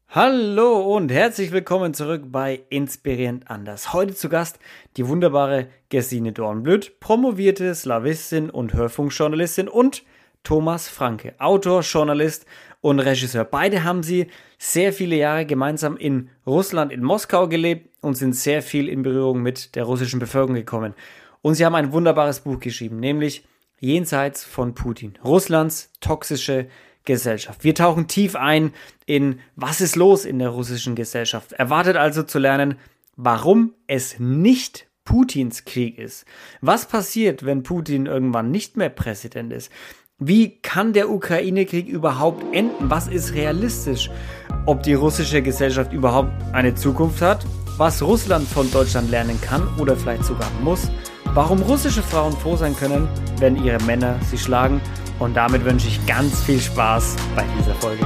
Hallo und herzlich willkommen zurück bei Inspirierend anders. Heute zu Gast die wunderbare Gesine Dornblüt, promovierte Slawistin und Hörfunkjournalistin, und Thomas Franke, Autor, Journalist und Regisseur. Beide haben sie sehr viele Jahre gemeinsam in Russland, in Moskau gelebt und sind sehr viel in Berührung mit der russischen Bevölkerung gekommen. Und sie haben ein wunderbares Buch geschrieben, nämlich Jenseits von Putin, Russlands toxische Gesellschaft. Wir tauchen tief ein in, was ist los in der russischen Gesellschaft. Erwartet also zu lernen, warum es nicht Putins Krieg ist. Was passiert, wenn Putin irgendwann nicht mehr Präsident ist? Wie kann der Ukraine-Krieg überhaupt enden? Was ist realistisch? Ob die russische Gesellschaft überhaupt eine Zukunft hat? Was Russland von Deutschland lernen kann oder vielleicht sogar muss? Warum russische Frauen froh sein können, wenn ihre Männer sie schlagen? Und damit wünsche ich ganz viel Spaß bei dieser Folge.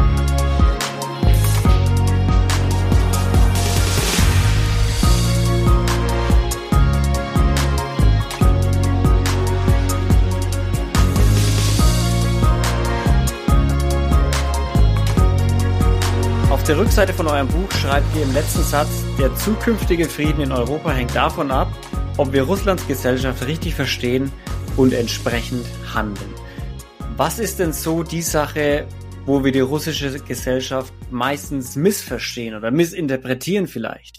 Auf der Rückseite von eurem Buch schreibt ihr im letzten Satz, der zukünftige Frieden in Europa hängt davon ab, ob wir Russlands Gesellschaft richtig verstehen und entsprechend handeln. Was ist denn so die Sache, wo wir die russische Gesellschaft meistens missverstehen oder missinterpretieren vielleicht?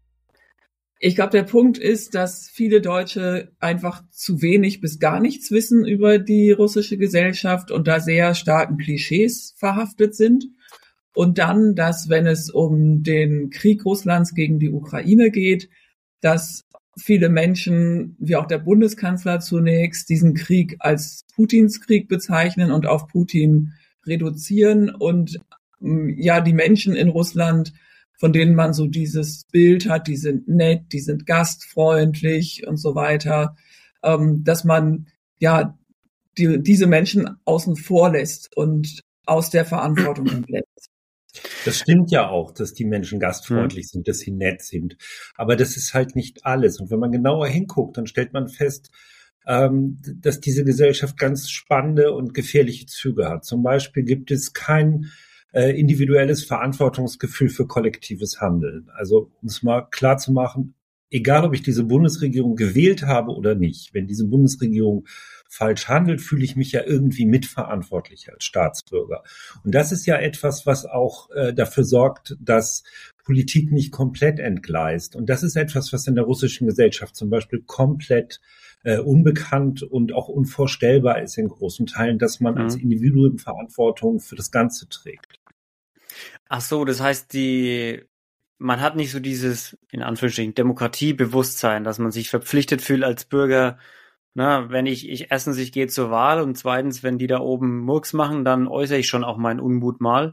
Ich glaube, der Punkt ist, dass viele Deutsche einfach zu wenig bis gar nichts wissen über die russische Gesellschaft und da sehr starken Klischees verhaftet sind. Und dann, dass, wenn es um den Krieg Russlands gegen die Ukraine geht, dass viele Menschen, wie auch der Bundeskanzler zunächst, diesen Krieg als Putins Krieg bezeichnen und auf Putin reduzieren und ja, die Menschen in Russland, von denen man so dieses Bild hat, die sind nett, die sind gastfreundlich und so weiter, dass man ja diese Menschen außen vor lässt und aus der Verantwortung entlässt. Das stimmt ja auch, dass die Menschen gastfreundlich sind, dass sie nett sind. Aber das ist halt nicht alles. Und wenn man genauer hinguckt, dann stellt man fest, dass diese Gesellschaft ganz spannende und gefährliche Züge hat. Zum Beispiel gibt es kein individuelles Verantwortungsgefühl für kollektives Handeln. Also um es mal klar zu machen, egal ob ich diese Bundesregierung gewählt habe oder nicht, wenn diese Bundesregierung falsch handelt, fühle ich mich ja irgendwie mitverantwortlich als Staatsbürger. Und das ist ja etwas, was auch dafür sorgt, dass Politik nicht komplett entgleist. Und das ist etwas, was in der russischen Gesellschaft zum Beispiel komplett unbekannt und auch unvorstellbar ist in großen Teilen, dass man als Individuum Verantwortung für das Ganze trägt. Ach so, das heißt, man hat nicht so dieses, in Anführungsstrichen, Demokratiebewusstsein, dass man sich verpflichtet fühlt als Bürger. Na, wenn ich erstens, ich gehe zur Wahl und zweitens, wenn die da oben Murks machen, dann äußere ich schon auch meinen Unmut mal.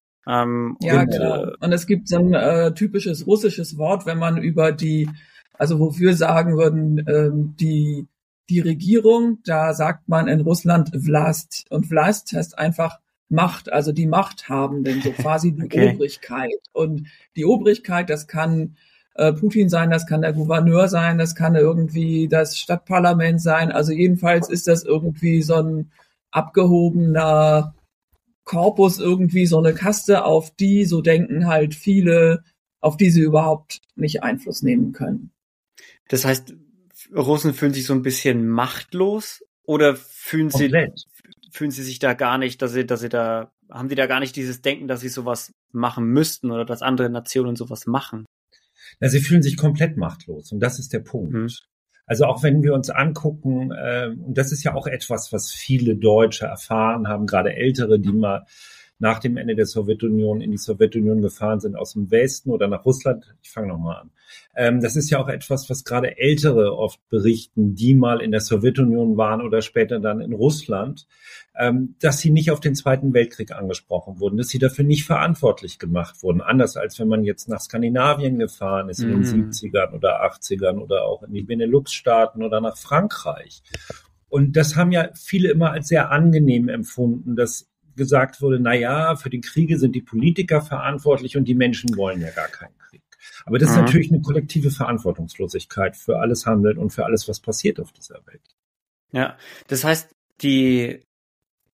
Genau. Und es gibt so ein typisches russisches Wort, wenn man über wo wir sagen würden, die Regierung, da sagt man in Russland Vlast. Und Vlast heißt einfach Macht, also die Machthabenden, so quasi die Okay. Obrigkeit. Und die Obrigkeit, das kann Putin sein, das kann der Gouverneur sein, das kann irgendwie das Stadtparlament sein. Also jedenfalls ist das irgendwie so ein abgehobener Korpus, irgendwie so eine Kaste, auf die, so denken halt viele, auf die sie überhaupt nicht Einfluss nehmen können. Das heißt, Russen fühlen sich so ein bisschen machtlos oder fühlen sie sich da gar nicht, haben die da gar nicht dieses Denken, dass sie sowas machen müssten oder dass andere Nationen sowas machen? Ja, sie fühlen sich komplett machtlos und das ist der Punkt. Also auch wenn wir uns angucken, und das ist ja auch etwas, was viele Deutsche erfahren haben, gerade Ältere, die mal nach dem Ende der Sowjetunion in die Sowjetunion gefahren sind, aus dem Westen oder nach Russland. Ich fange nochmal an. Das ist ja auch etwas, was gerade Ältere oft berichten, die mal in der Sowjetunion waren oder später dann in Russland, dass sie nicht auf den Zweiten Weltkrieg angesprochen wurden, dass sie dafür nicht verantwortlich gemacht wurden. Anders als wenn man jetzt nach Skandinavien gefahren ist in den 70ern oder 80ern oder auch in die Benelux-Staaten oder nach Frankreich. Und das haben ja viele immer als sehr angenehm empfunden, dass gesagt wurde, na ja, für die Kriege sind die Politiker verantwortlich und die Menschen wollen ja gar keinen Krieg. Aber das ist natürlich eine kollektive Verantwortungslosigkeit für alles Handeln und für alles, was passiert auf dieser Welt. Ja, das heißt, die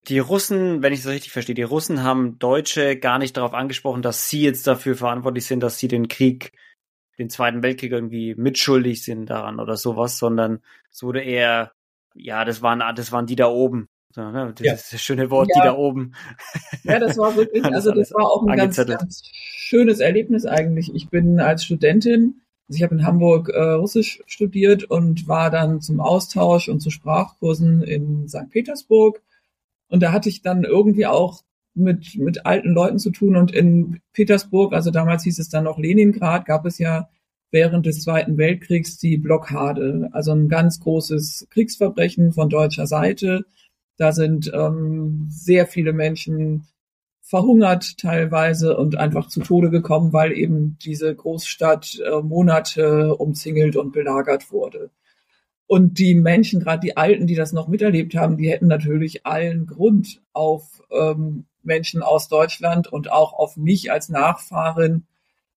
Die Russen, wenn ich es richtig verstehe, die Russen haben Deutsche gar nicht darauf angesprochen, dass sie jetzt dafür verantwortlich sind, dass sie den Zweiten Weltkrieg irgendwie mitschuldig sind daran oder sowas, sondern es wurde eher, ja, das waren die da oben. So, ne? Das ist das schöne Wort, die da oben. Ja, das war wirklich, also das war auch ein ganz schönes Erlebnis eigentlich. Ich bin als Studentin, also ich habe in Hamburg Russisch studiert und war dann zum Austausch und zu Sprachkursen in St. Petersburg. Und da hatte ich dann irgendwie auch mit alten Leuten zu tun. Und in Petersburg, also damals hieß es dann noch Leningrad, gab es ja während des Zweiten Weltkriegs die Blockade. Also ein ganz großes Kriegsverbrechen von deutscher Seite. Da sind sehr viele Menschen verhungert teilweise und einfach zu Tode gekommen, weil eben diese Großstadt Monate umzingelt und belagert wurde. Und die Menschen, gerade die Alten, die das noch miterlebt haben, die hätten natürlich allen Grund auf Menschen aus Deutschland und auch auf mich als Nachfahrin,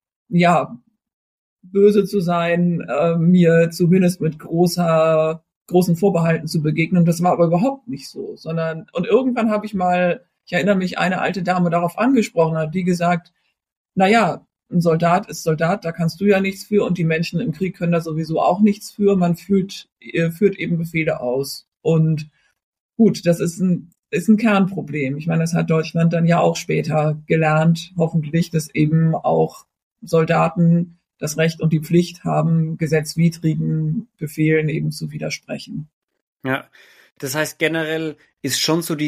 ja, böse zu sein, mir zumindest mit großen Vorbehalten zu begegnen. Das war aber überhaupt nicht so, und irgendwann habe ich erinnere mich, eine alte Dame darauf angesprochen hat, die gesagt, naja, ein Soldat ist Soldat, da kannst du ja nichts für und die Menschen im Krieg können da sowieso auch nichts für. Man führt eben Befehle aus. Und gut, das ist ein Kernproblem. Ich meine, das hat Deutschland dann ja auch später gelernt, hoffentlich, dass eben auch Soldaten das Recht und die Pflicht haben, gesetzwidrigen Befehlen eben zu widersprechen. Ja, das heißt generell ist schon so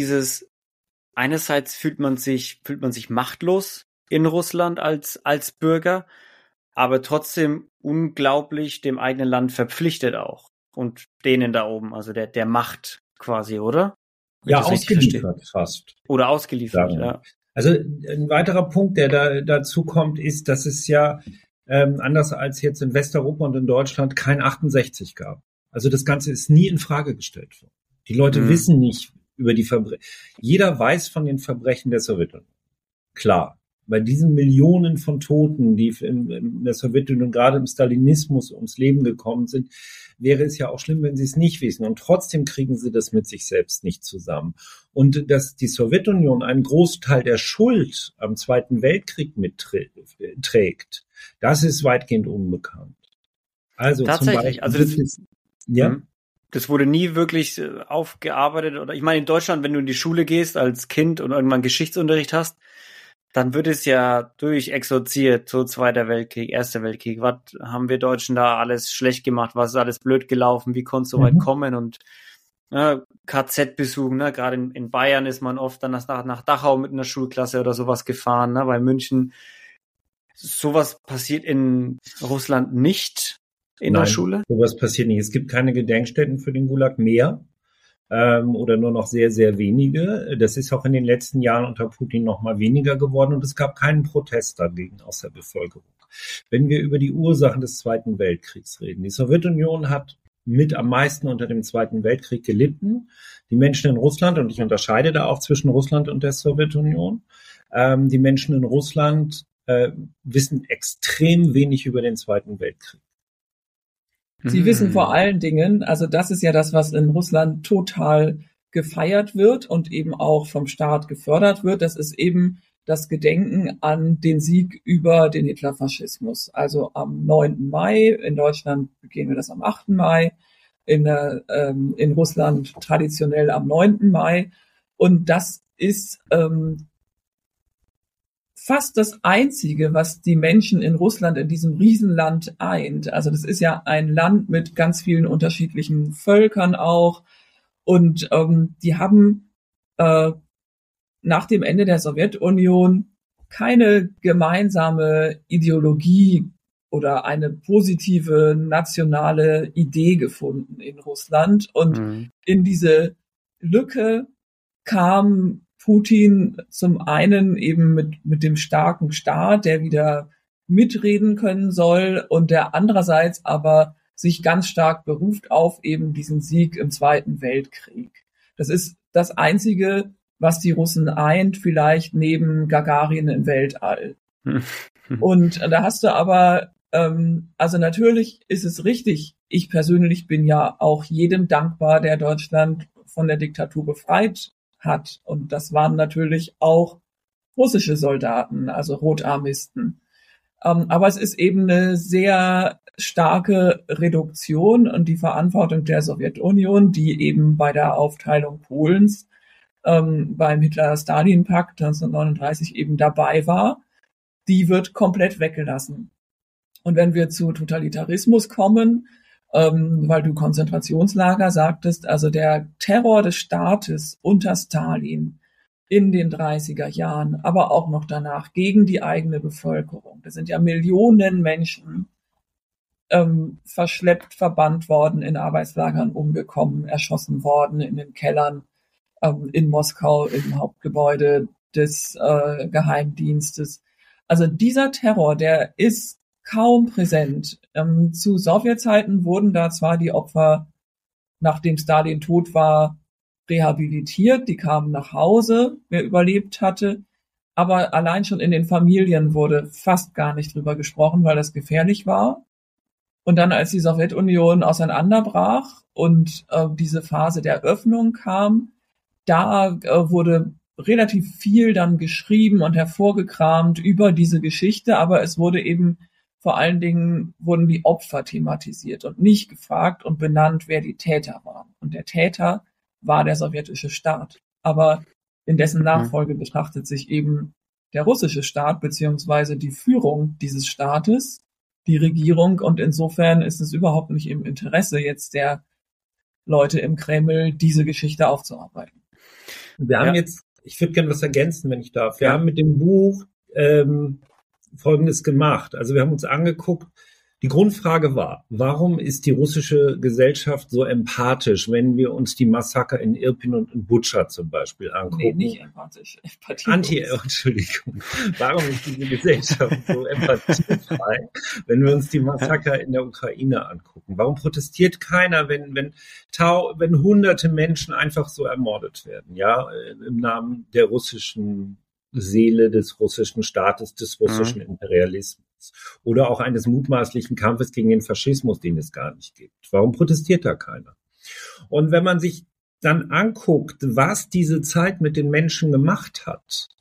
einerseits fühlt man sich machtlos in Russland als Bürger, aber trotzdem unglaublich dem eigenen Land verpflichtet auch und denen da oben, also der Macht quasi, oder? Ja, ausgeliefert fast. Oder ausgeliefert, ja. Also ein weiterer Punkt, der dazu kommt, ist, dass es ja anders als jetzt in Westeuropa und in Deutschland kein 68 gab. Also das Ganze ist nie in Frage gestellt worden. Die Leute wissen nicht über die Verbrechen. Jeder weiß von den Verbrechen der Sowjetunion. Klar. Bei diesen Millionen von Toten, die in der Sowjetunion, gerade im Stalinismus, ums Leben gekommen sind, wäre es ja auch schlimm, wenn sie es nicht wissen. Und trotzdem kriegen sie das mit sich selbst nicht zusammen. Und dass die Sowjetunion einen Großteil der Schuld am Zweiten Weltkrieg mitträgt, das ist weitgehend unbekannt. Also tatsächlich, zum Beispiel, das wurde nie wirklich aufgearbeitet. Oder ich meine, in Deutschland, wenn du in die Schule gehst als Kind und irgendwann Geschichtsunterricht hast, dann wird es ja durchexerziert, so Zweiter Weltkrieg, Erster Weltkrieg. Was haben wir Deutschen da alles schlecht gemacht? Was ist alles blöd gelaufen? Wie konnte es so weit kommen? Und KZ-Besuch, ne? Gerade in Bayern ist man oft dann nach Dachau mit einer Schulklasse oder sowas gefahren, ne? Bei München. Sowas passiert in Russland nicht in der Schule? Sowas passiert nicht. Es gibt keine Gedenkstätten für den Gulag mehr. Oder nur noch sehr, sehr wenige. Das ist auch in den letzten Jahren unter Putin noch mal weniger geworden und es gab keinen Protest dagegen aus der Bevölkerung. Wenn wir über die Ursachen des Zweiten Weltkriegs reden. Die Sowjetunion hat mit am meisten unter dem Zweiten Weltkrieg gelitten. Die Menschen in Russland, und ich unterscheide da auch zwischen Russland und der Sowjetunion, die Menschen in Russland wissen extrem wenig über den Zweiten Weltkrieg. Sie wissen vor allen Dingen, also das ist ja das, was in Russland total gefeiert wird und eben auch vom Staat gefördert wird. Das ist eben das Gedenken an den Sieg über den Hitlerfaschismus. Also am 9. Mai, in Deutschland begehen wir das am 8. Mai, in Russland traditionell am 9. Mai. Und das ist fast das Einzige, was die Menschen in Russland, in diesem Riesenland eint. Also das ist ja ein Land mit ganz vielen unterschiedlichen Völkern auch. Und die haben nach dem Ende der Sowjetunion keine gemeinsame Ideologie oder eine positive nationale Idee gefunden in Russland. Und in diese Lücke kam Putin zum einen eben mit dem starken Staat, der wieder mitreden können soll und der andererseits aber sich ganz stark beruft auf eben diesen Sieg im Zweiten Weltkrieg. Das ist das Einzige, was die Russen eint, vielleicht neben Gagarin im Weltall. Und da hast du aber, also natürlich ist es richtig, ich persönlich bin ja auch jedem dankbar, der Deutschland von der Diktatur befreit hat. Und das waren natürlich auch russische Soldaten, also Rotarmisten. Aber es ist eben eine sehr starke Reduktion und die Verantwortung der Sowjetunion, die eben bei der Aufteilung Polens beim Hitler-Stalin-Pakt 1939 eben dabei war, die wird komplett weggelassen. Und wenn wir zu Totalitarismus kommen, weil du Konzentrationslager sagtest, also der Terror des Staates unter Stalin in den 30er Jahren, aber auch noch danach gegen die eigene Bevölkerung. Das sind ja Millionen Menschen verschleppt, verbannt worden, in Arbeitslagern umgekommen, erschossen worden, in den Kellern in Moskau im Hauptgebäude des Geheimdienstes. Also dieser Terror, der ist kaum präsent. Zu Sowjetzeiten wurden da zwar die Opfer, nachdem Stalin tot war, rehabilitiert, die kamen nach Hause, wer überlebt hatte, aber allein schon in den Familien wurde fast gar nicht drüber gesprochen, weil das gefährlich war. Und dann, als die Sowjetunion auseinanderbrach und diese Phase der Öffnung kam, da wurde relativ viel dann geschrieben und hervorgekramt über diese Geschichte, aber es wurde eben vor allen Dingen wurden die Opfer thematisiert und nicht gefragt und benannt, wer die Täter waren. Und der Täter war der sowjetische Staat. Aber in dessen Nachfolge betrachtet sich eben der russische Staat beziehungsweise die Führung dieses Staates, die Regierung. Und insofern ist es überhaupt nicht im Interesse jetzt der Leute im Kreml, diese Geschichte aufzuarbeiten. Wir haben jetzt, ich würde gerne was ergänzen, wenn ich darf. Wir haben mit dem Buch Folgendes gemacht. Also wir haben uns angeguckt, die Grundfrage war, warum ist die russische Gesellschaft so empathisch, wenn wir uns die Massaker in Irpin und in Butscha zum Beispiel angucken? Nee, nicht empathisch. Entschuldigung. Warum ist diese Gesellschaft so empathiefrei, wenn wir uns die Massaker in der Ukraine angucken? Warum protestiert keiner, wenn hunderte Menschen einfach so ermordet werden, ja, im Namen der russischen Seele des russischen Staates, des russischen Imperialismus oder auch eines mutmaßlichen Kampfes gegen den Faschismus, den es gar nicht gibt. Warum protestiert da keiner? Und wenn man sich dann anguckt, was diese Zeit mit den Menschen gemacht hat,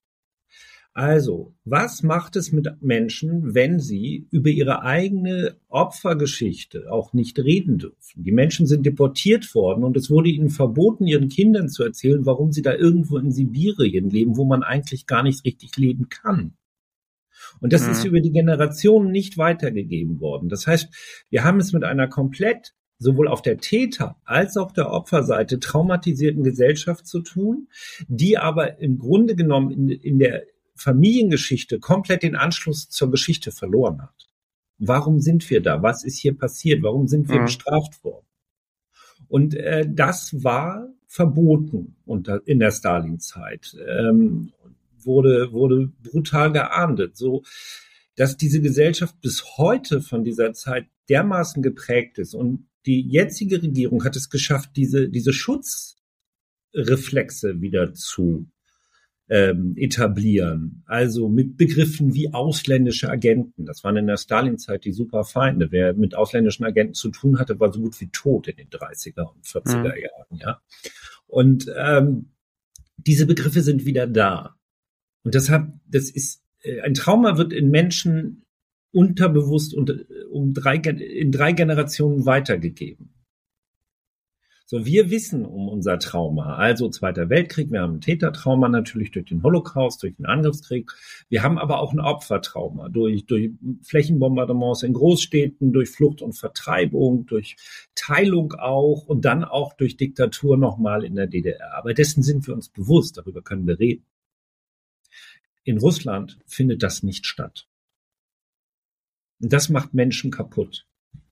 also, was macht es mit Menschen, wenn sie über ihre eigene Opfergeschichte auch nicht reden dürfen? Die Menschen sind deportiert worden und es wurde ihnen verboten, ihren Kindern zu erzählen, warum sie da irgendwo in Sibirien leben, wo man eigentlich gar nicht richtig leben kann. Und das ist über die Generationen nicht weitergegeben worden. Das heißt, wir haben es mit einer komplett sowohl auf der Täter- als auch der Opferseite traumatisierten Gesellschaft zu tun, die aber im Grunde genommen in der Familiengeschichte komplett den Anschluss zur Geschichte verloren hat. Warum sind wir da? Was ist hier passiert? Warum sind wir bestraft worden? Und das war verboten in der Stalin-Zeit. Wurde brutal geahndet, so dass diese Gesellschaft bis heute von dieser Zeit dermaßen geprägt ist. Und die jetzige Regierung hat es geschafft, diese Schutzreflexe wieder zu etablieren. Also mit Begriffen wie ausländische Agenten. Das waren in der Stalin-Zeit die Superfeinde. Wer mit ausländischen Agenten zu tun hatte, war so gut wie tot in den 30er und 40er Jahren. Ja. Und diese Begriffe sind wieder da. Und deshalb, ein Trauma wird in Menschen unterbewusst und in 3 Generationen weitergegeben. So, wir wissen um unser Trauma, also Zweiter Weltkrieg, wir haben ein Tätertrauma natürlich durch den Holocaust, durch den Angriffskrieg. Wir haben aber auch ein Opfertrauma durch Flächenbombardements in Großstädten, durch Flucht und Vertreibung, durch Teilung auch und dann auch durch Diktatur nochmal in der DDR. Aber dessen sind wir uns bewusst, darüber können wir reden. In Russland findet das nicht statt. Und das macht Menschen kaputt.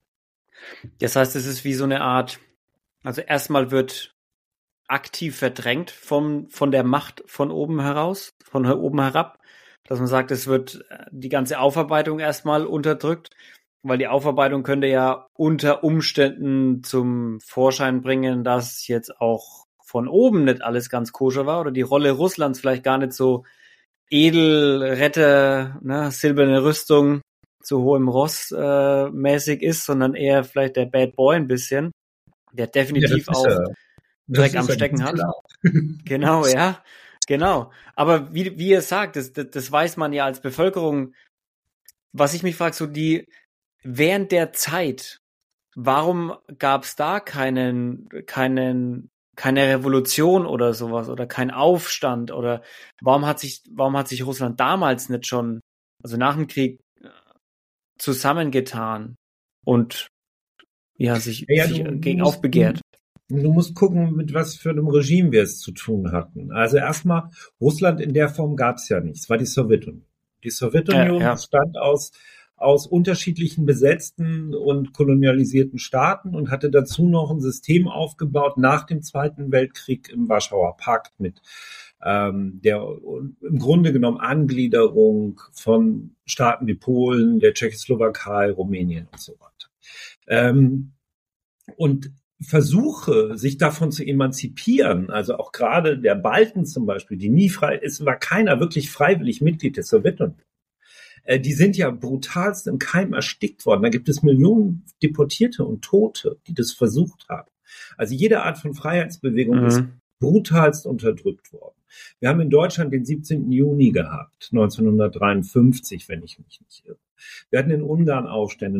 Das heißt, es ist wie so eine Art, also erstmal wird aktiv verdrängt von der Macht von oben heraus, von oben herab, dass man sagt, es wird die ganze Aufarbeitung erstmal unterdrückt, weil die Aufarbeitung könnte ja unter Umständen zum Vorschein bringen, dass jetzt auch von oben nicht alles ganz koscher war oder die Rolle Russlands vielleicht gar nicht so edel, Retter, silberne Rüstung zu hohem Ross mäßig ist, sondern eher vielleicht der Bad Boy ein bisschen. Der definitiv auch Dreck am Stecken hat. Genau, ja. Genau. Aber wie ihr sagt, das weiß man ja als Bevölkerung. Was ich mich frage, während der Zeit, warum gab es da keine Revolution oder sowas oder kein Aufstand oder warum hat sich Russland damals nicht schon, also nach dem Krieg, zusammengetan und sich gegen aufbegehrt? Du musst gucken, mit was für einem Regime wir es zu tun hatten. Also erstmal, Russland in der Form gab es ja nicht. Es war die Sowjetunion. Die Sowjetunion bestand aus unterschiedlichen besetzten und kolonialisierten Staaten und hatte dazu noch ein System aufgebaut nach dem Zweiten Weltkrieg im Warschauer Pakt mit der im Grunde genommen Angliederung von Staaten wie Polen, der Tschechoslowakei, Rumänien und so weiter. Und Versuche, sich davon zu emanzipieren, also auch gerade der Balten zum Beispiel, die nie war keiner wirklich freiwillig Mitglied der Sowjetunion. Die sind ja brutalst im Keim erstickt worden. Da gibt es Millionen Deportierte und Tote, die das versucht haben. Also jede Art von Freiheitsbewegung ist brutalst unterdrückt worden. Wir haben in Deutschland den 17. Juni gehabt, 1953, wenn ich mich nicht irre. Wir hatten in Ungarn Aufstände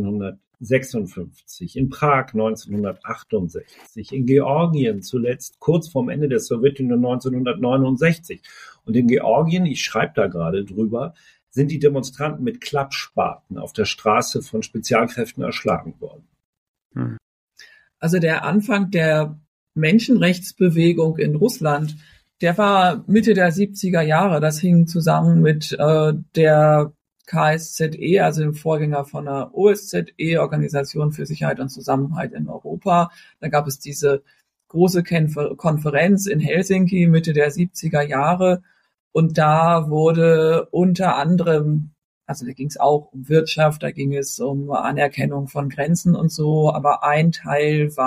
1956, in Prag 1968, in Georgien zuletzt kurz vorm Ende der Sowjetunion 1969. Und in Georgien, ich schreibe da gerade drüber, sind die Demonstranten mit Klappspaten auf der Straße von Spezialkräften erschlagen worden. Also der Anfang der Menschenrechtsbewegung in Russland, der war Mitte der 70er Jahre. Das hing zusammen mit der KSZE, also dem Vorgänger von der OSZE, Organisation für Sicherheit und Zusammenhalt in Europa. Da gab es diese große Konferenz in Helsinki Mitte der 70er Jahre. Und da wurde unter anderem, also da ging es auch um Wirtschaft, da ging es um Anerkennung von Grenzen und so, aber ein Teil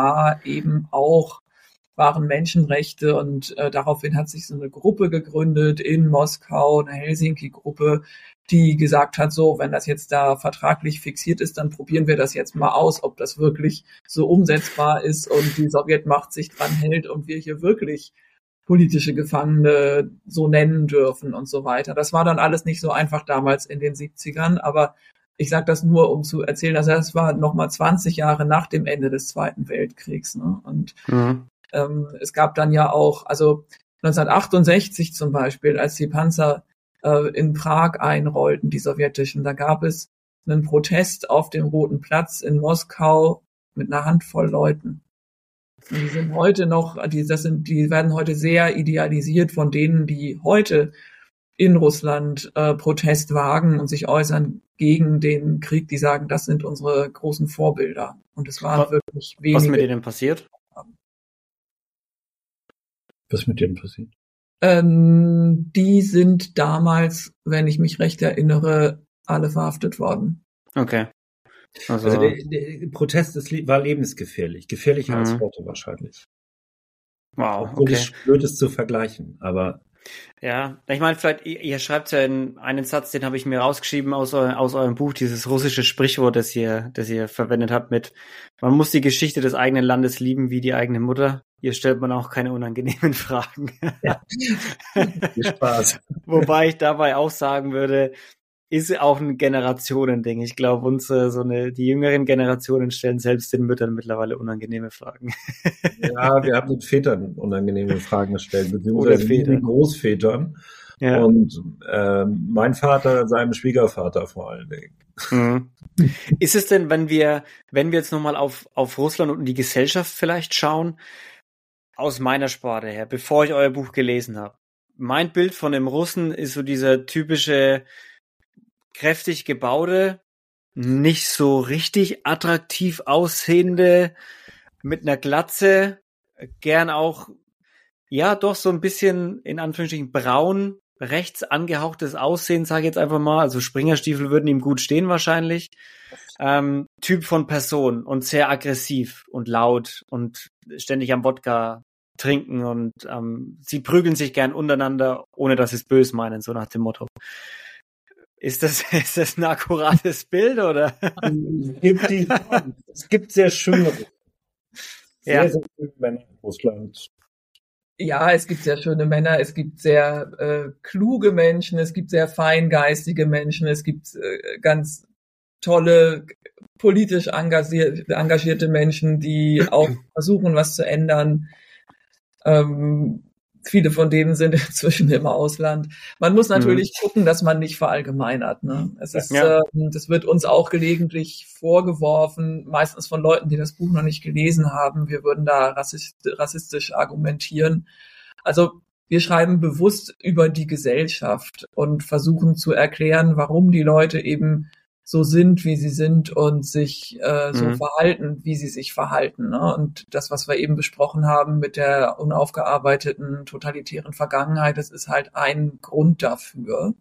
waren Menschenrechte und daraufhin hat sich so eine Gruppe gegründet in Moskau, eine Helsinki-Gruppe, die gesagt hat, so, wenn das jetzt da vertraglich fixiert ist, dann probieren wir das jetzt mal aus, ob das wirklich so umsetzbar ist und die Sowjetmacht sich dran hält und wir hier wirklich politische Gefangene so nennen dürfen und so weiter. Das war dann alles nicht so einfach damals in den 70ern, aber ich sage das nur, um zu erzählen, also das war nochmal 20 Jahre nach dem Ende des Zweiten Weltkriegs. Ne? Und es gab dann ja auch, also 1968 zum Beispiel, als die Panzer in Prag einrollten, die sowjetischen, da gab es einen Protest auf dem Roten Platz in Moskau mit einer Handvoll Leuten. Und die sind heute noch, die werden heute sehr idealisiert von denen, die heute in Russland Protest wagen und sich äußern gegen den Krieg, die sagen, das sind unsere großen Vorbilder. Und es waren wirklich wenige. Was mit denen passiert? Was mit denen passiert? Die sind damals, wenn ich mich recht erinnere, alle verhaftet worden. Okay. Also der Protest war lebensgefährlich. Gefährlicher als heute wahrscheinlich. Wow, okay. Es ist blöd, es zu vergleichen, aber... Ja, ich meine, vielleicht, ihr schreibt ja in einen Satz, den habe ich mir rausgeschrieben aus eurem Buch, dieses russische Sprichwort, das ihr verwendet habt mit, man muss die Geschichte des eigenen Landes lieben wie die eigene Mutter. Hier stellt man auch keine unangenehmen Fragen. Ja. Viel Spaß. Wobei ich dabei auch sagen würde, ist auch ein Generationending. Ich glaube, die jüngeren Generationen stellen selbst den Müttern mittlerweile unangenehme Fragen. Ja, wir haben den Vätern unangenehme Fragen gestellt, beziehungsweise den Großvätern. Ja. Und mein Vater seinem Schwiegervater vor allen Dingen. Mhm. Ist es denn, wenn wir jetzt nochmal auf Russland und die Gesellschaft vielleicht schauen, aus meiner Sparte her, bevor ich euer Buch gelesen habe, mein Bild von dem Russen ist so dieser typische kräftig gebaute, nicht so richtig attraktiv aussehende, mit einer Glatze, gern auch, ja, doch so ein bisschen, in Anführungsstrichen, braun, rechts angehauchtes Aussehen, sage ich jetzt einfach mal, also Springerstiefel würden ihm gut stehen wahrscheinlich, Typ von Person und sehr aggressiv und laut und ständig am Wodka trinken und sie prügeln sich gern untereinander, ohne dass sie es böse meinen, so nach dem Motto. Ist das ein akkurates Bild, oder? Es gibt sehr schöne, sehr schöne Männer. Russland. Ja, es gibt sehr schöne Männer, es gibt sehr kluge Menschen, es gibt sehr feingeistige Menschen, es gibt ganz tolle, politisch engagierte Menschen, die auch versuchen, was zu ändern. Viele von denen sind inzwischen im Ausland. Man muss natürlich gucken, dass man nicht verallgemeinert. Ne? Es ist, das wird uns auch gelegentlich vorgeworfen, meistens von Leuten, die das Buch noch nicht gelesen haben. Wir würden da rassistisch argumentieren. Also wir schreiben bewusst über die Gesellschaft und versuchen zu erklären, warum die Leute eben so sind, wie sie sind und sich so verhalten, wie sie sich verhalten. Ne? Und das, was wir eben besprochen haben mit der unaufgearbeiteten totalitären Vergangenheit, das ist halt ein Grund dafür.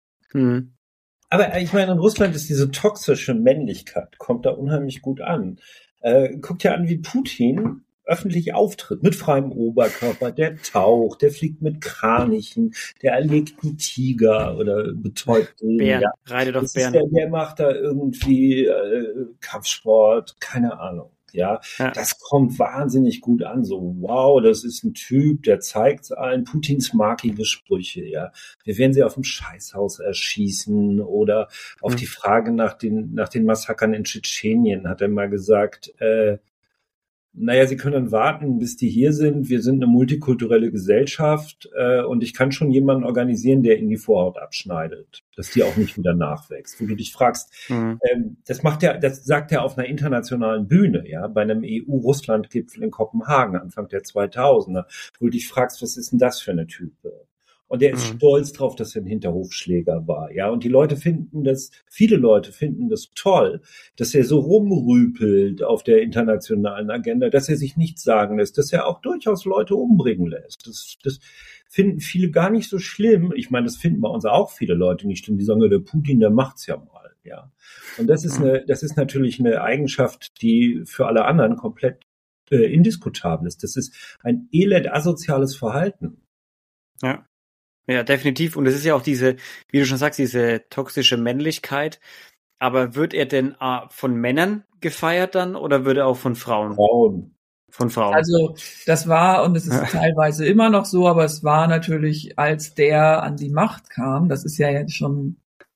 Aber ich meine, in Russland ist diese toxische Männlichkeit, kommt da unheimlich gut an. Guckt ja an, wie Putin öffentlich auftritt, mit freiem Oberkörper, der taucht, der fliegt mit Kranichen, der erlegt einen Tiger oder betäubt den. Bären, reitet auf Bären. Der macht da irgendwie Kampfsport, keine Ahnung. Ja, das kommt wahnsinnig gut an. So, wow, das ist ein Typ, der zeigt allen Putins markige Sprüche. Ja, wir werden sie auf dem Scheißhaus erschießen oder auf die Frage nach den Massakern in Tschetschenien hat er mal gesagt, naja, Sie können dann warten, bis die hier sind. Wir sind eine multikulturelle Gesellschaft und ich kann schon jemanden organisieren, der ihnen die Vorhaut abschneidet, dass die auch nicht wieder nachwächst. Wo du dich fragst, das sagt er auf einer internationalen Bühne, ja, bei einem EU-Russland-Gipfel in Kopenhagen Anfang der 2000er, wo du dich fragst, was ist denn das für eine Type? Und er ist stolz drauf, dass er ein Hinterhofschläger war, ja. Und viele Leute finden das toll, dass er so rumrüpelt auf der internationalen Agenda, dass er sich nichts sagen lässt, dass er auch durchaus Leute umbringen lässt. Das finden viele gar nicht so schlimm. Ich meine, das finden bei uns auch viele Leute nicht schlimm. Die sagen, der Putin, der macht's ja mal, ja. Und das ist natürlich eine Eigenschaft, die für alle anderen komplett indiskutabel ist. Das ist ein elend asoziales Verhalten. Ja. Ja, definitiv. Und es ist ja auch diese, wie du schon sagst, diese toxische Männlichkeit. Aber wird er denn von Männern gefeiert dann oder wird er auch von Frauen? Von Frauen. Also das war, und es ist teilweise immer noch so, aber es war natürlich, als der an die Macht kam, das ist ja jetzt schon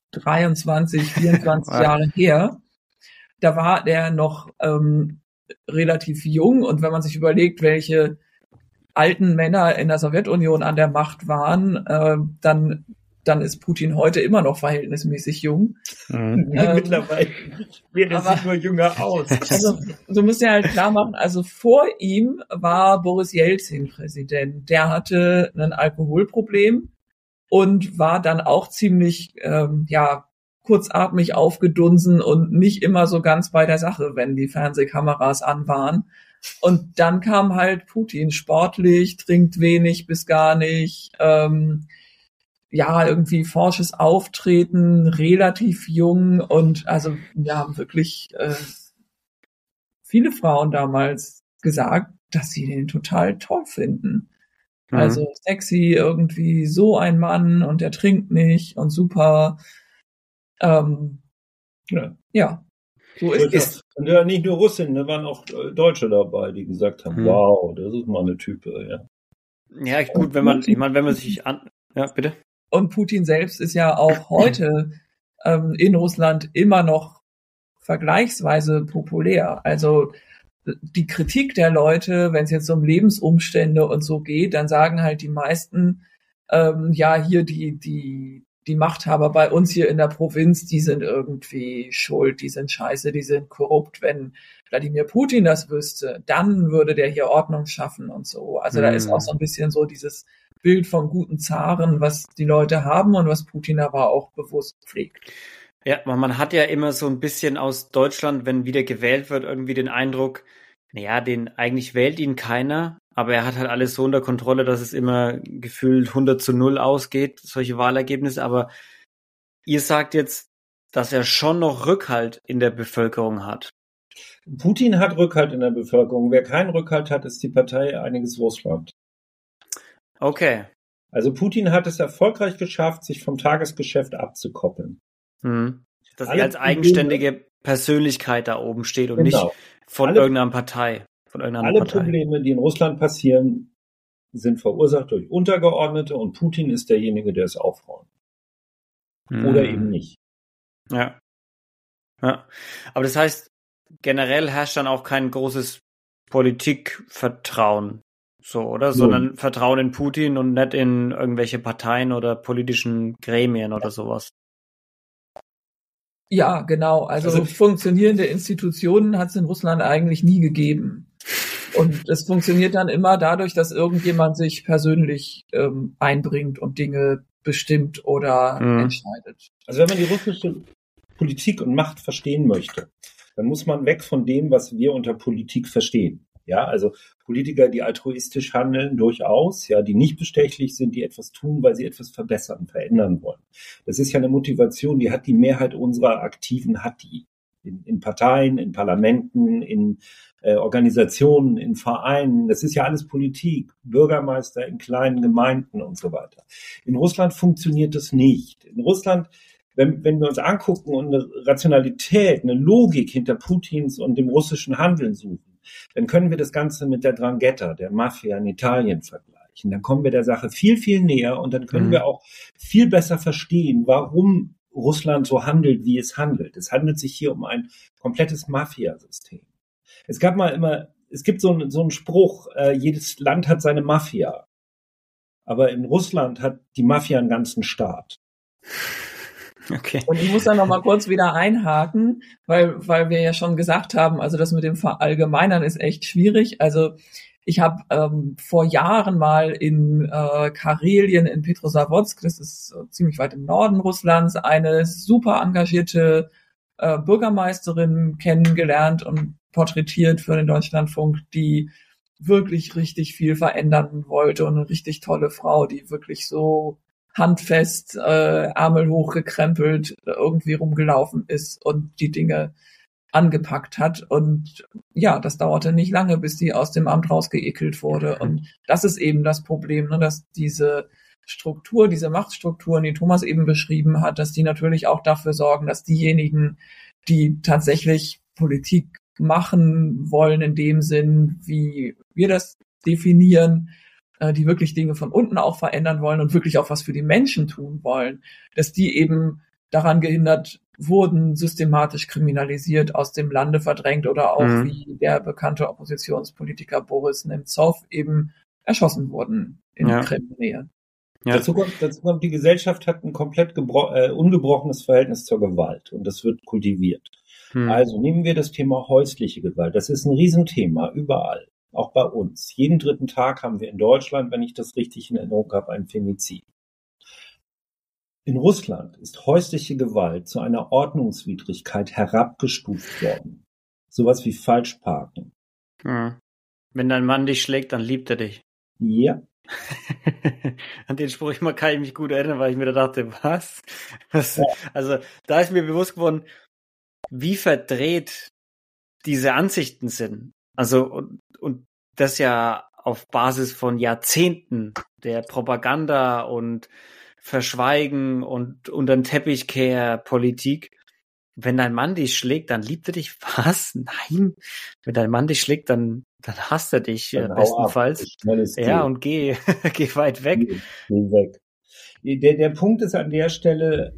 23, 24 Jahre her, da war der noch relativ jung. Und wenn man sich überlegt, welche alten Männer in der Sowjetunion an der Macht waren, dann ist Putin heute immer noch verhältnismäßig jung. Mittlerweile sieht nur jünger aus. Also, du musst ja halt klar machen, also vor ihm war Boris Jelzin Präsident. Der hatte ein Alkoholproblem und war dann auch ziemlich, kurzatmig aufgedunsen und nicht immer so ganz bei der Sache, wenn die Fernsehkameras an waren. Und dann kam halt Putin, sportlich, trinkt wenig bis gar nicht, irgendwie forsches Auftreten, relativ jung und also wirklich viele Frauen damals gesagt, dass sie den total toll finden. Also sexy, irgendwie so ein Mann und der trinkt nicht und super. So ist es. Und ja, nicht nur Russen, da waren auch Deutsche dabei, die gesagt haben, wow, das ist mal eine Type, ja. Ja, gut, wenn man sich ja, bitte. Und Putin selbst ist ja auch heute in Russland immer noch vergleichsweise populär. Also die Kritik der Leute, wenn es jetzt um Lebensumstände und so geht, dann sagen halt die meisten, hier die Machthaber bei uns hier in der Provinz, die sind irgendwie schuld, die sind scheiße, die sind korrupt. Wenn Wladimir Putin das wüsste, dann würde der hier Ordnung schaffen und so. Also da ist auch so ein bisschen so dieses Bild vom guten Zaren, was die Leute haben und was Putin aber auch bewusst pflegt. Ja, man hat ja immer so ein bisschen aus Deutschland, wenn wieder gewählt wird, irgendwie den Eindruck, eigentlich wählt ihn keiner, aber er hat halt alles so unter Kontrolle, dass es immer gefühlt 100-0 ausgeht, solche Wahlergebnisse. Aber ihr sagt jetzt, dass er schon noch Rückhalt in der Bevölkerung hat. Putin hat Rückhalt in der Bevölkerung. Wer keinen Rückhalt hat, ist die Partei Einiges Russland. Okay. Also Putin hat es erfolgreich geschafft, sich vom Tagesgeschäft abzukoppeln. Dass er als eigenständige Persönlichkeit da oben steht und nicht von irgendeiner Partei. von irgendeiner Alle Partei. Probleme, die in Russland passieren, sind verursacht durch Untergeordnete und Putin ist derjenige, der es aufräumt. Oder eben nicht. Ja. Ja. Aber das heißt, generell herrscht dann auch kein großes Politikvertrauen, so, oder? Sondern Vertrauen in Putin und nicht in irgendwelche Parteien oder politischen Gremien oder sowas. Ja, genau. Also funktionierende Institutionen hat es in Russland eigentlich nie gegeben. Und es funktioniert dann immer dadurch, dass irgendjemand sich persönlich einbringt und Dinge bestimmt oder entscheidet. Also wenn man die russische Politik und Macht verstehen möchte, dann muss man weg von dem, was wir unter Politik verstehen. Ja, also Politiker, die altruistisch handeln, durchaus, ja, die nicht bestechlich sind, die etwas tun, weil sie etwas verbessern, verändern wollen. Das ist ja eine Motivation, die hat die Mehrheit unserer Aktiven, hat die. In Parteien, in Parlamenten, in Organisationen, in Vereinen. Das ist ja alles Politik. Bürgermeister in kleinen Gemeinden und so weiter. In Russland funktioniert das nicht. In Russland, wenn wir uns angucken und eine Rationalität, eine Logik hinter Putins und dem russischen Handeln suchen, dann können wir das Ganze mit der 'Ndrangheta, der Mafia in Italien vergleichen. Dann kommen wir der Sache viel, viel näher und dann können wir auch viel besser verstehen, warum Russland so handelt, wie es handelt. Es handelt sich hier um ein komplettes Mafiasystem. Es gibt so einen Spruch, jedes Land hat seine Mafia. Aber in Russland hat die Mafia einen ganzen Staat. Okay. Und ich muss da noch mal kurz wieder einhaken, weil wir ja schon gesagt haben, also das mit dem Verallgemeinern ist echt schwierig. Also ich habe vor Jahren mal in Karelien, in Petrozavodsk, das ist ziemlich weit im Norden Russlands, eine super engagierte Bürgermeisterin kennengelernt und porträtiert für den Deutschlandfunk, die wirklich richtig viel verändern wollte und eine richtig tolle Frau, die wirklich so handfest, Ärmel hochgekrempelt irgendwie rumgelaufen ist und die Dinge angepackt hat. Und ja, das dauerte nicht lange, bis die aus dem Amt rausgeekelt wurde. Und das ist eben das Problem, ne, dass diese Struktur, diese Machtstrukturen, die Thomas eben beschrieben hat, dass die natürlich auch dafür sorgen, dass diejenigen, die tatsächlich Politik machen wollen, in dem Sinn, wie wir das definieren, die wirklich Dinge von unten auch verändern wollen und wirklich auch was für die Menschen tun wollen, dass die eben daran gehindert wurden, systematisch kriminalisiert, aus dem Lande verdrängt oder auch wie der bekannte Oppositionspolitiker Boris Nemtsov eben erschossen wurden in Krimnähe. Ja. Dazu kommt, die Gesellschaft hat ein komplett ungebrochenes Verhältnis zur Gewalt und das wird kultiviert. Also nehmen wir das Thema häusliche Gewalt. Das ist ein Riesenthema überall, auch bei uns. Jeden 3. Tag haben wir in Deutschland, wenn ich das richtig in Erinnerung habe, ein Femizid. In Russland ist häusliche Gewalt zu einer Ordnungswidrigkeit herabgestuft worden. Sowas wie Falschparken. Wenn dein Mann dich schlägt, dann liebt er dich. Ja. An den Spruch kann ich mich gut erinnern, weil ich mir da dachte, was? Ja. Also da ist mir bewusst geworden, wie verdreht diese Ansichten sind. Also und das ja auf Basis von Jahrzehnten der Propaganda und Verschweigen und unter den Teppichkehr Politik. Wenn dein Mann dich schlägt, dann liebt er dich. Was? Nein. Wenn dein Mann dich schlägt, dann hasst er dich bestenfalls. Ja, und geh weit weg. Geh weg. Der Punkt ist an der Stelle,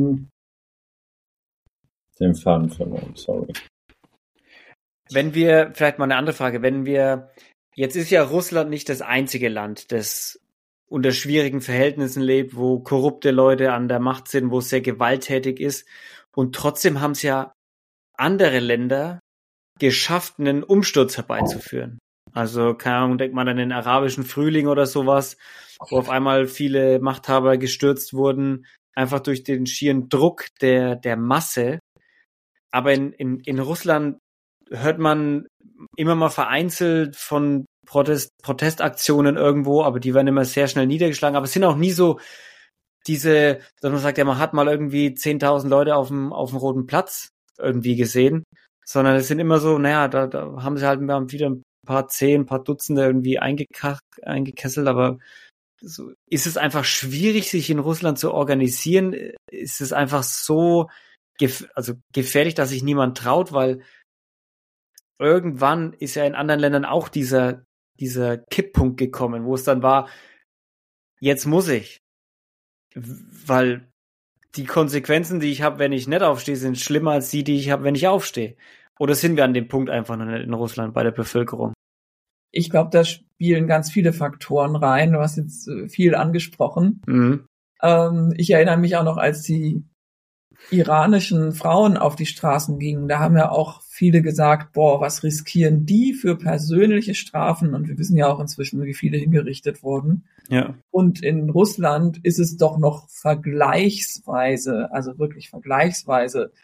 den Faden verloren, sorry. Wenn wir, vielleicht mal eine andere Frage, jetzt ist ja Russland nicht das einzige Land, das unter schwierigen Verhältnissen lebt, wo korrupte Leute an der Macht sind, wo es sehr gewalttätig ist. Und trotzdem haben es ja andere Länder geschafft, einen Umsturz herbeizuführen. Also, keine Ahnung, denkt man an den arabischen Frühling oder sowas, wo auf einmal viele Machthaber gestürzt wurden, einfach durch den schieren Druck der Masse. Aber in Russland hört man immer mal vereinzelt von Protestaktionen irgendwo, aber die werden immer sehr schnell niedergeschlagen. Aber es sind auch nie so diese, dass man sagt, ja, man hat mal irgendwie 10.000 Leute auf dem Roten Platz irgendwie gesehen, sondern es sind immer so, naja, da haben sie halt wieder ein paar Dutzende irgendwie eingekesselt, aber so, ist es einfach schwierig, sich in Russland zu organisieren? Ist es einfach so gefährlich, dass sich niemand traut, weil irgendwann ist ja in anderen Ländern auch dieser Kipppunkt gekommen, wo es dann war, jetzt muss ich. Weil die Konsequenzen, die ich habe, wenn ich nicht aufstehe, sind schlimmer als die ich habe, wenn ich aufstehe. Oder sind wir an dem Punkt einfach noch nicht in Russland bei der Bevölkerung? Ich glaube, da spielen ganz viele Faktoren rein. Du hast jetzt viel angesprochen. Mhm. Ich erinnere mich auch noch, als die iranischen Frauen auf die Straßen gingen, da haben ja auch viele gesagt, boah, was riskieren die für persönliche Strafen? Und wir wissen ja auch inzwischen, wie viele hingerichtet wurden. Ja. Und in Russland ist es doch noch vergleichsweise, also wirklich vergleichsweise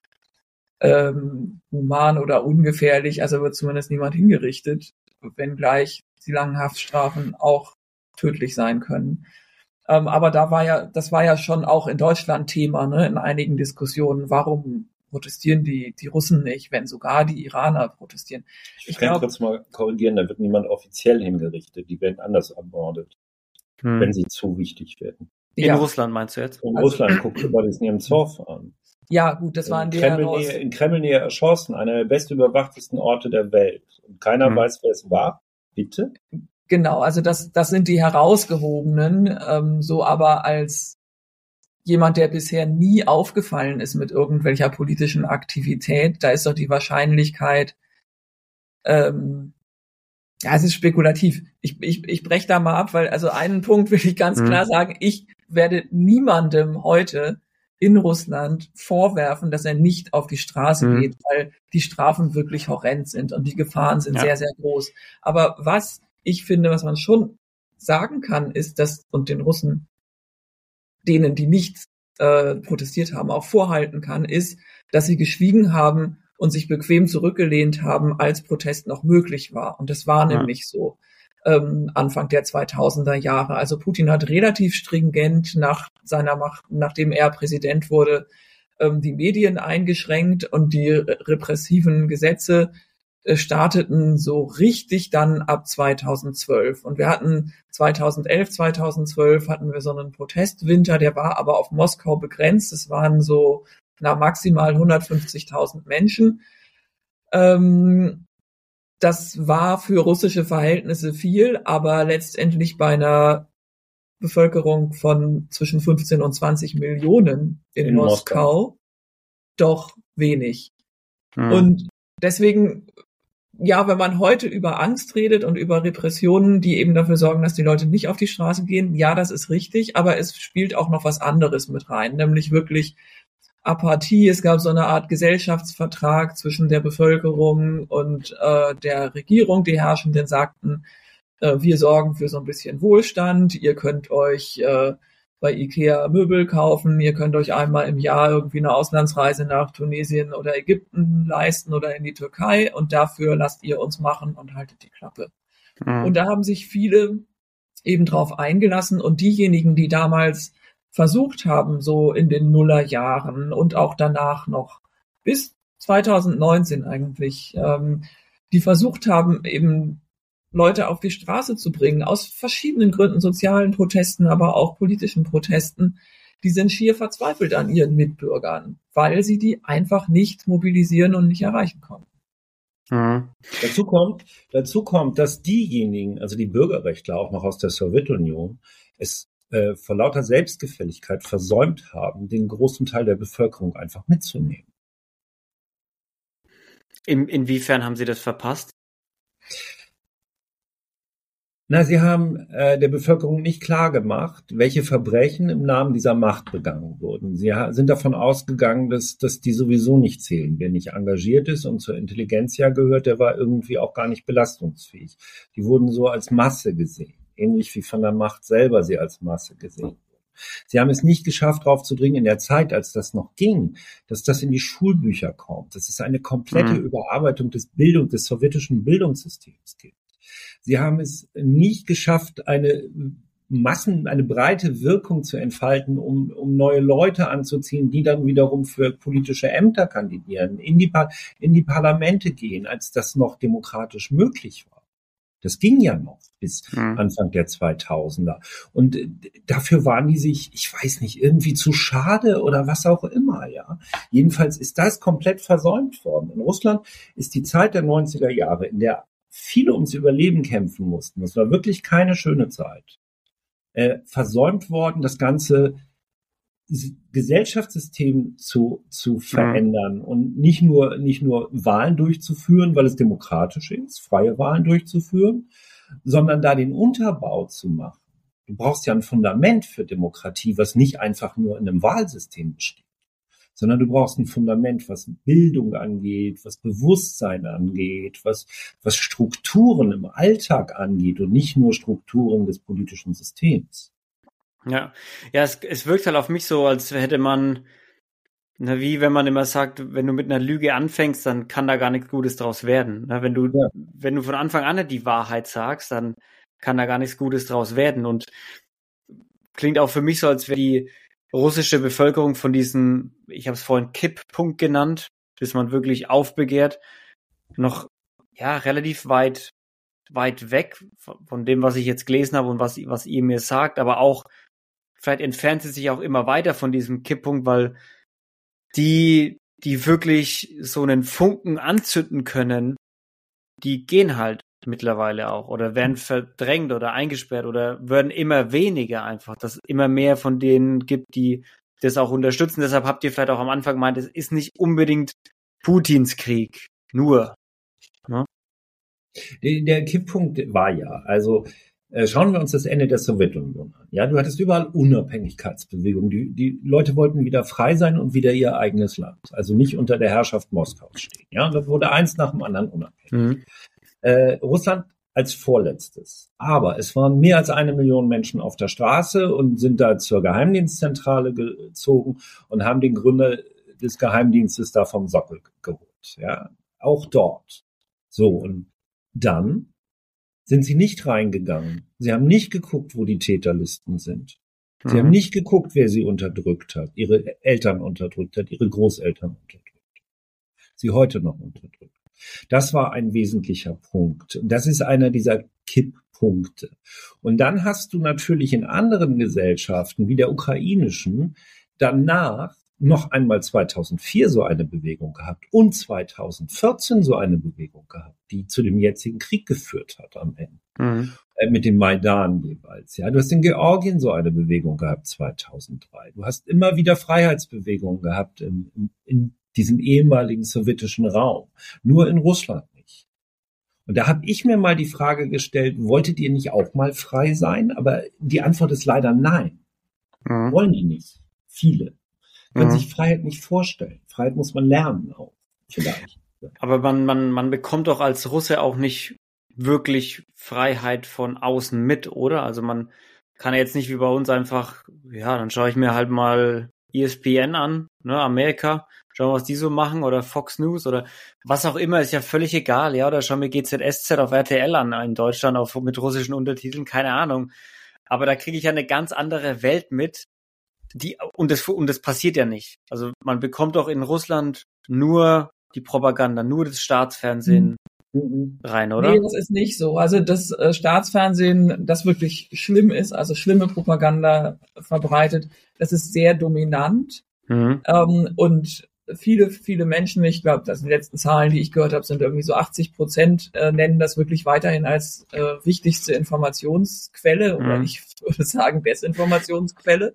human oder ungefährlich, also wird zumindest niemand hingerichtet, wenngleich die langen Haftstrafen auch tödlich sein können. Aber das war ja schon auch in Deutschland Thema, ne, in einigen Diskussionen. Warum protestieren die Russen nicht, wenn sogar die Iraner protestieren? Ich kann kurz mal korrigieren, da wird niemand offiziell hingerichtet, die werden anders ermordet, wenn sie zu wichtig werden. In Russland meinst du jetzt? In Russland, guckt dir mal das Nemtsov an. Ja, gut, das war in Kremlnähe erschossen, einer der bestüberwachtesten Orte der Welt. Und keiner weiß, wer es war. Bitte? Genau, also das sind die herausgehobenen, so aber als jemand, der bisher nie aufgefallen ist mit irgendwelcher politischen Aktivität, da ist doch die Wahrscheinlichkeit, ja, es ist spekulativ. Ich breche da mal ab, weil also einen Punkt will ich ganz klar sagen, ich werde niemandem heute in Russland vorwerfen, dass er nicht auf die Straße geht, weil die Strafen wirklich horrend sind und die Gefahren sind sehr, sehr groß. Aber was ich finde, was man schon sagen kann, ist, dass, und den Russen, denen, die nicht protestiert haben, auch vorhalten kann, ist, dass sie geschwiegen haben und sich bequem zurückgelehnt haben, als Protest noch möglich war. Und das war nämlich so Anfang der 2000er Jahre. Also Putin hat relativ stringent nach seiner Macht, nachdem er Präsident wurde, die Medien eingeschränkt und die repressiven Gesetze starteten so richtig dann ab 2012. Und wir hatten 2011, 2012 hatten wir so einen Protestwinter, der war aber auf Moskau begrenzt. Es waren so maximal 150.000 Menschen. Das war für russische Verhältnisse viel, aber letztendlich bei einer Bevölkerung von zwischen 15 und 20 Millionen in Moskau doch wenig. Und deswegen, ja, wenn man heute über Angst redet und über Repressionen, die eben dafür sorgen, dass die Leute nicht auf die Straße gehen, ja, das ist richtig, aber es spielt auch noch was anderes mit rein, nämlich wirklich Apathie. Es gab so eine Art Gesellschaftsvertrag zwischen der Bevölkerung und der Regierung. Die Herrschenden sagten, wir sorgen für so ein bisschen Wohlstand, ihr könnt euch bei Ikea Möbel kaufen, ihr könnt euch einmal im Jahr irgendwie eine Auslandsreise nach Tunesien oder Ägypten leisten oder in die Türkei und dafür lasst ihr uns machen und haltet die Klappe. Und da haben sich viele eben drauf eingelassen und diejenigen, die damals versucht haben, so in den Nullerjahren und auch danach noch bis 2019 eigentlich, die versucht haben, eben Leute auf die Straße zu bringen, aus verschiedenen Gründen, sozialen Protesten, aber auch politischen Protesten, die sind schier verzweifelt an ihren Mitbürgern, weil sie die einfach nicht mobilisieren und nicht erreichen konnten. Dazu kommt, dass diejenigen, also die Bürgerrechtler auch noch aus der Sowjetunion, es vor lauter Selbstgefälligkeit versäumt haben, den großen Teil der Bevölkerung einfach mitzunehmen. Inwiefern haben Sie das verpasst? Na, sie haben der Bevölkerung nicht klar gemacht, welche Verbrechen im Namen dieser Macht begangen wurden. Sie sind davon ausgegangen, dass die sowieso nicht zählen. Wer nicht engagiert ist und zur Intelligenzia gehört, der war irgendwie auch gar nicht belastungsfähig. Die wurden so als Masse gesehen, ähnlich wie von der Macht selber sie als Masse gesehen wurden. Sie haben es nicht geschafft, darauf zu dringen, in der Zeit, als das noch ging, dass das in die Schulbücher kommt. Dass es eine komplette Überarbeitung des sowjetischen Bildungssystems gibt. Sie haben es nicht geschafft, eine breite Wirkung zu entfalten, um neue Leute anzuziehen, die dann wiederum für politische Ämter kandidieren, in die Parlamente gehen, als das noch demokratisch möglich war. Das ging ja noch bis Anfang der 2000er. Und dafür waren die sich, ich weiß nicht, irgendwie zu schade oder was auch immer, ja. Jedenfalls ist das komplett versäumt worden. In Russland ist die Zeit der 90er Jahre, in der viele ums Überleben kämpfen mussten, das war wirklich keine schöne Zeit, versäumt worden, das ganze Gesellschaftssystem zu verändern und nicht nur Wahlen durchzuführen, weil es demokratisch ist, freie Wahlen durchzuführen, sondern da den Unterbau zu machen. Du brauchst ja ein Fundament für Demokratie, was nicht einfach nur in einem Wahlsystem besteht, sondern du brauchst ein Fundament, was Bildung angeht, was Bewusstsein angeht, was Strukturen im Alltag angeht und nicht nur Strukturen des politischen Systems. Ja, es wirkt halt auf mich so, als hätte man, wie wenn man immer sagt, wenn du mit einer Lüge anfängst, dann kann da gar nichts Gutes draus werden. Wenn du von Anfang an nicht die Wahrheit sagst, dann kann da gar nichts Gutes draus werden. Und klingt auch für mich so, als wäre die russische Bevölkerung von diesem, ich habe es vorhin Kipppunkt genannt, bis man wirklich aufbegehrt, noch relativ weit weg von dem, was ich jetzt gelesen habe und was ihr mir sagt, aber auch vielleicht entfernt sie sich auch immer weiter von diesem Kipppunkt, weil die wirklich so einen Funken anzünden können, die gehen halt mittlerweile auch oder werden verdrängt oder eingesperrt oder werden immer weniger einfach, dass es immer mehr von denen gibt, die das auch unterstützen. Deshalb habt ihr vielleicht auch am Anfang gemeint, es ist nicht unbedingt Putins Krieg, nur. Ne? Der Kipppunkt war also schauen wir uns das Ende der Sowjetunion an. Ja, du hattest überall Unabhängigkeitsbewegungen. Die Leute wollten wieder frei sein und wieder ihr eigenes Land. Also nicht unter der Herrschaft Moskaus stehen. Ja, da wurde eins nach dem anderen unabhängig. Russland als vorletztes. Aber es waren mehr als 1 Million Menschen auf der Straße und sind da zur Geheimdienstzentrale gezogen und haben den Gründer des Geheimdienstes da vom Sockel geholt. Ja, auch dort. So, und dann sind sie nicht reingegangen. Sie haben nicht geguckt, wo die Täterlisten sind. Sie haben nicht geguckt, wer sie unterdrückt hat, ihre Eltern unterdrückt hat, ihre Großeltern unterdrückt. Sie heute noch unterdrückt. Das war ein wesentlicher Punkt. Das ist einer dieser Kipppunkte. Und dann hast du natürlich in anderen Gesellschaften, wie der ukrainischen, danach noch einmal 2004 so eine Bewegung gehabt und 2014 so eine Bewegung gehabt, die zu dem jetzigen Krieg geführt hat am Ende. Mit dem Maidan jeweils. Ja, du hast in Georgien so eine Bewegung gehabt 2003. Du hast immer wieder Freiheitsbewegungen gehabt in diesem ehemaligen sowjetischen Raum. Nur in Russland nicht. Und da habe ich mir mal die Frage gestellt, wolltet ihr nicht auch mal frei sein? Aber die Antwort ist leider nein. Wollen die nicht. Viele. Können sich Freiheit nicht vorstellen. Freiheit muss man lernen auch. Vielleicht. Aber man bekommt doch als Russe auch nicht wirklich Freiheit von außen mit, oder? Also man kann ja jetzt nicht wie bei uns einfach, dann schaue ich mir halt mal ESPN an, ne, Amerika, schauen, was die so machen, oder Fox News oder was auch immer, ist ja völlig egal, ja, oder schau mir GZSZ auf RTL an, in Deutschland mit russischen Untertiteln, keine Ahnung. Aber da kriege ich ja eine ganz andere Welt mit, und das passiert ja nicht. Also man bekommt doch in Russland nur die Propaganda, nur das Staatsfernsehen rein, oder? Nee, das ist nicht so. Also das Staatsfernsehen, das wirklich schlimm ist, also schlimme Propaganda verbreitet, das ist sehr dominant. Und viele Menschen, ich glaube, das sind die letzten Zahlen, die ich gehört habe, sind irgendwie so 80%, nennen das wirklich weiterhin als wichtigste Informationsquelle oder ich würde sagen Desinformationsquelle.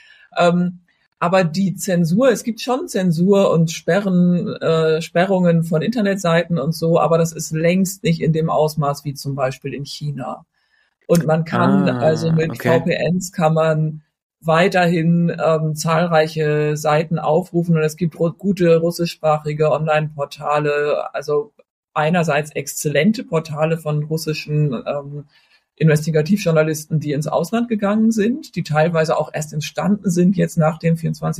Aber die Zensur, es gibt schon Zensur und Sperrungen von Internetseiten und so, aber das ist längst nicht in dem Ausmaß wie zum Beispiel in China. Und man kann also mit VPNs kann man weiterhin zahlreiche Seiten aufrufen und es gibt gute russischsprachige Online-Portale, also einerseits exzellente Portale von russischen Investigativjournalisten, die ins Ausland gegangen sind, die teilweise auch erst entstanden sind jetzt nach dem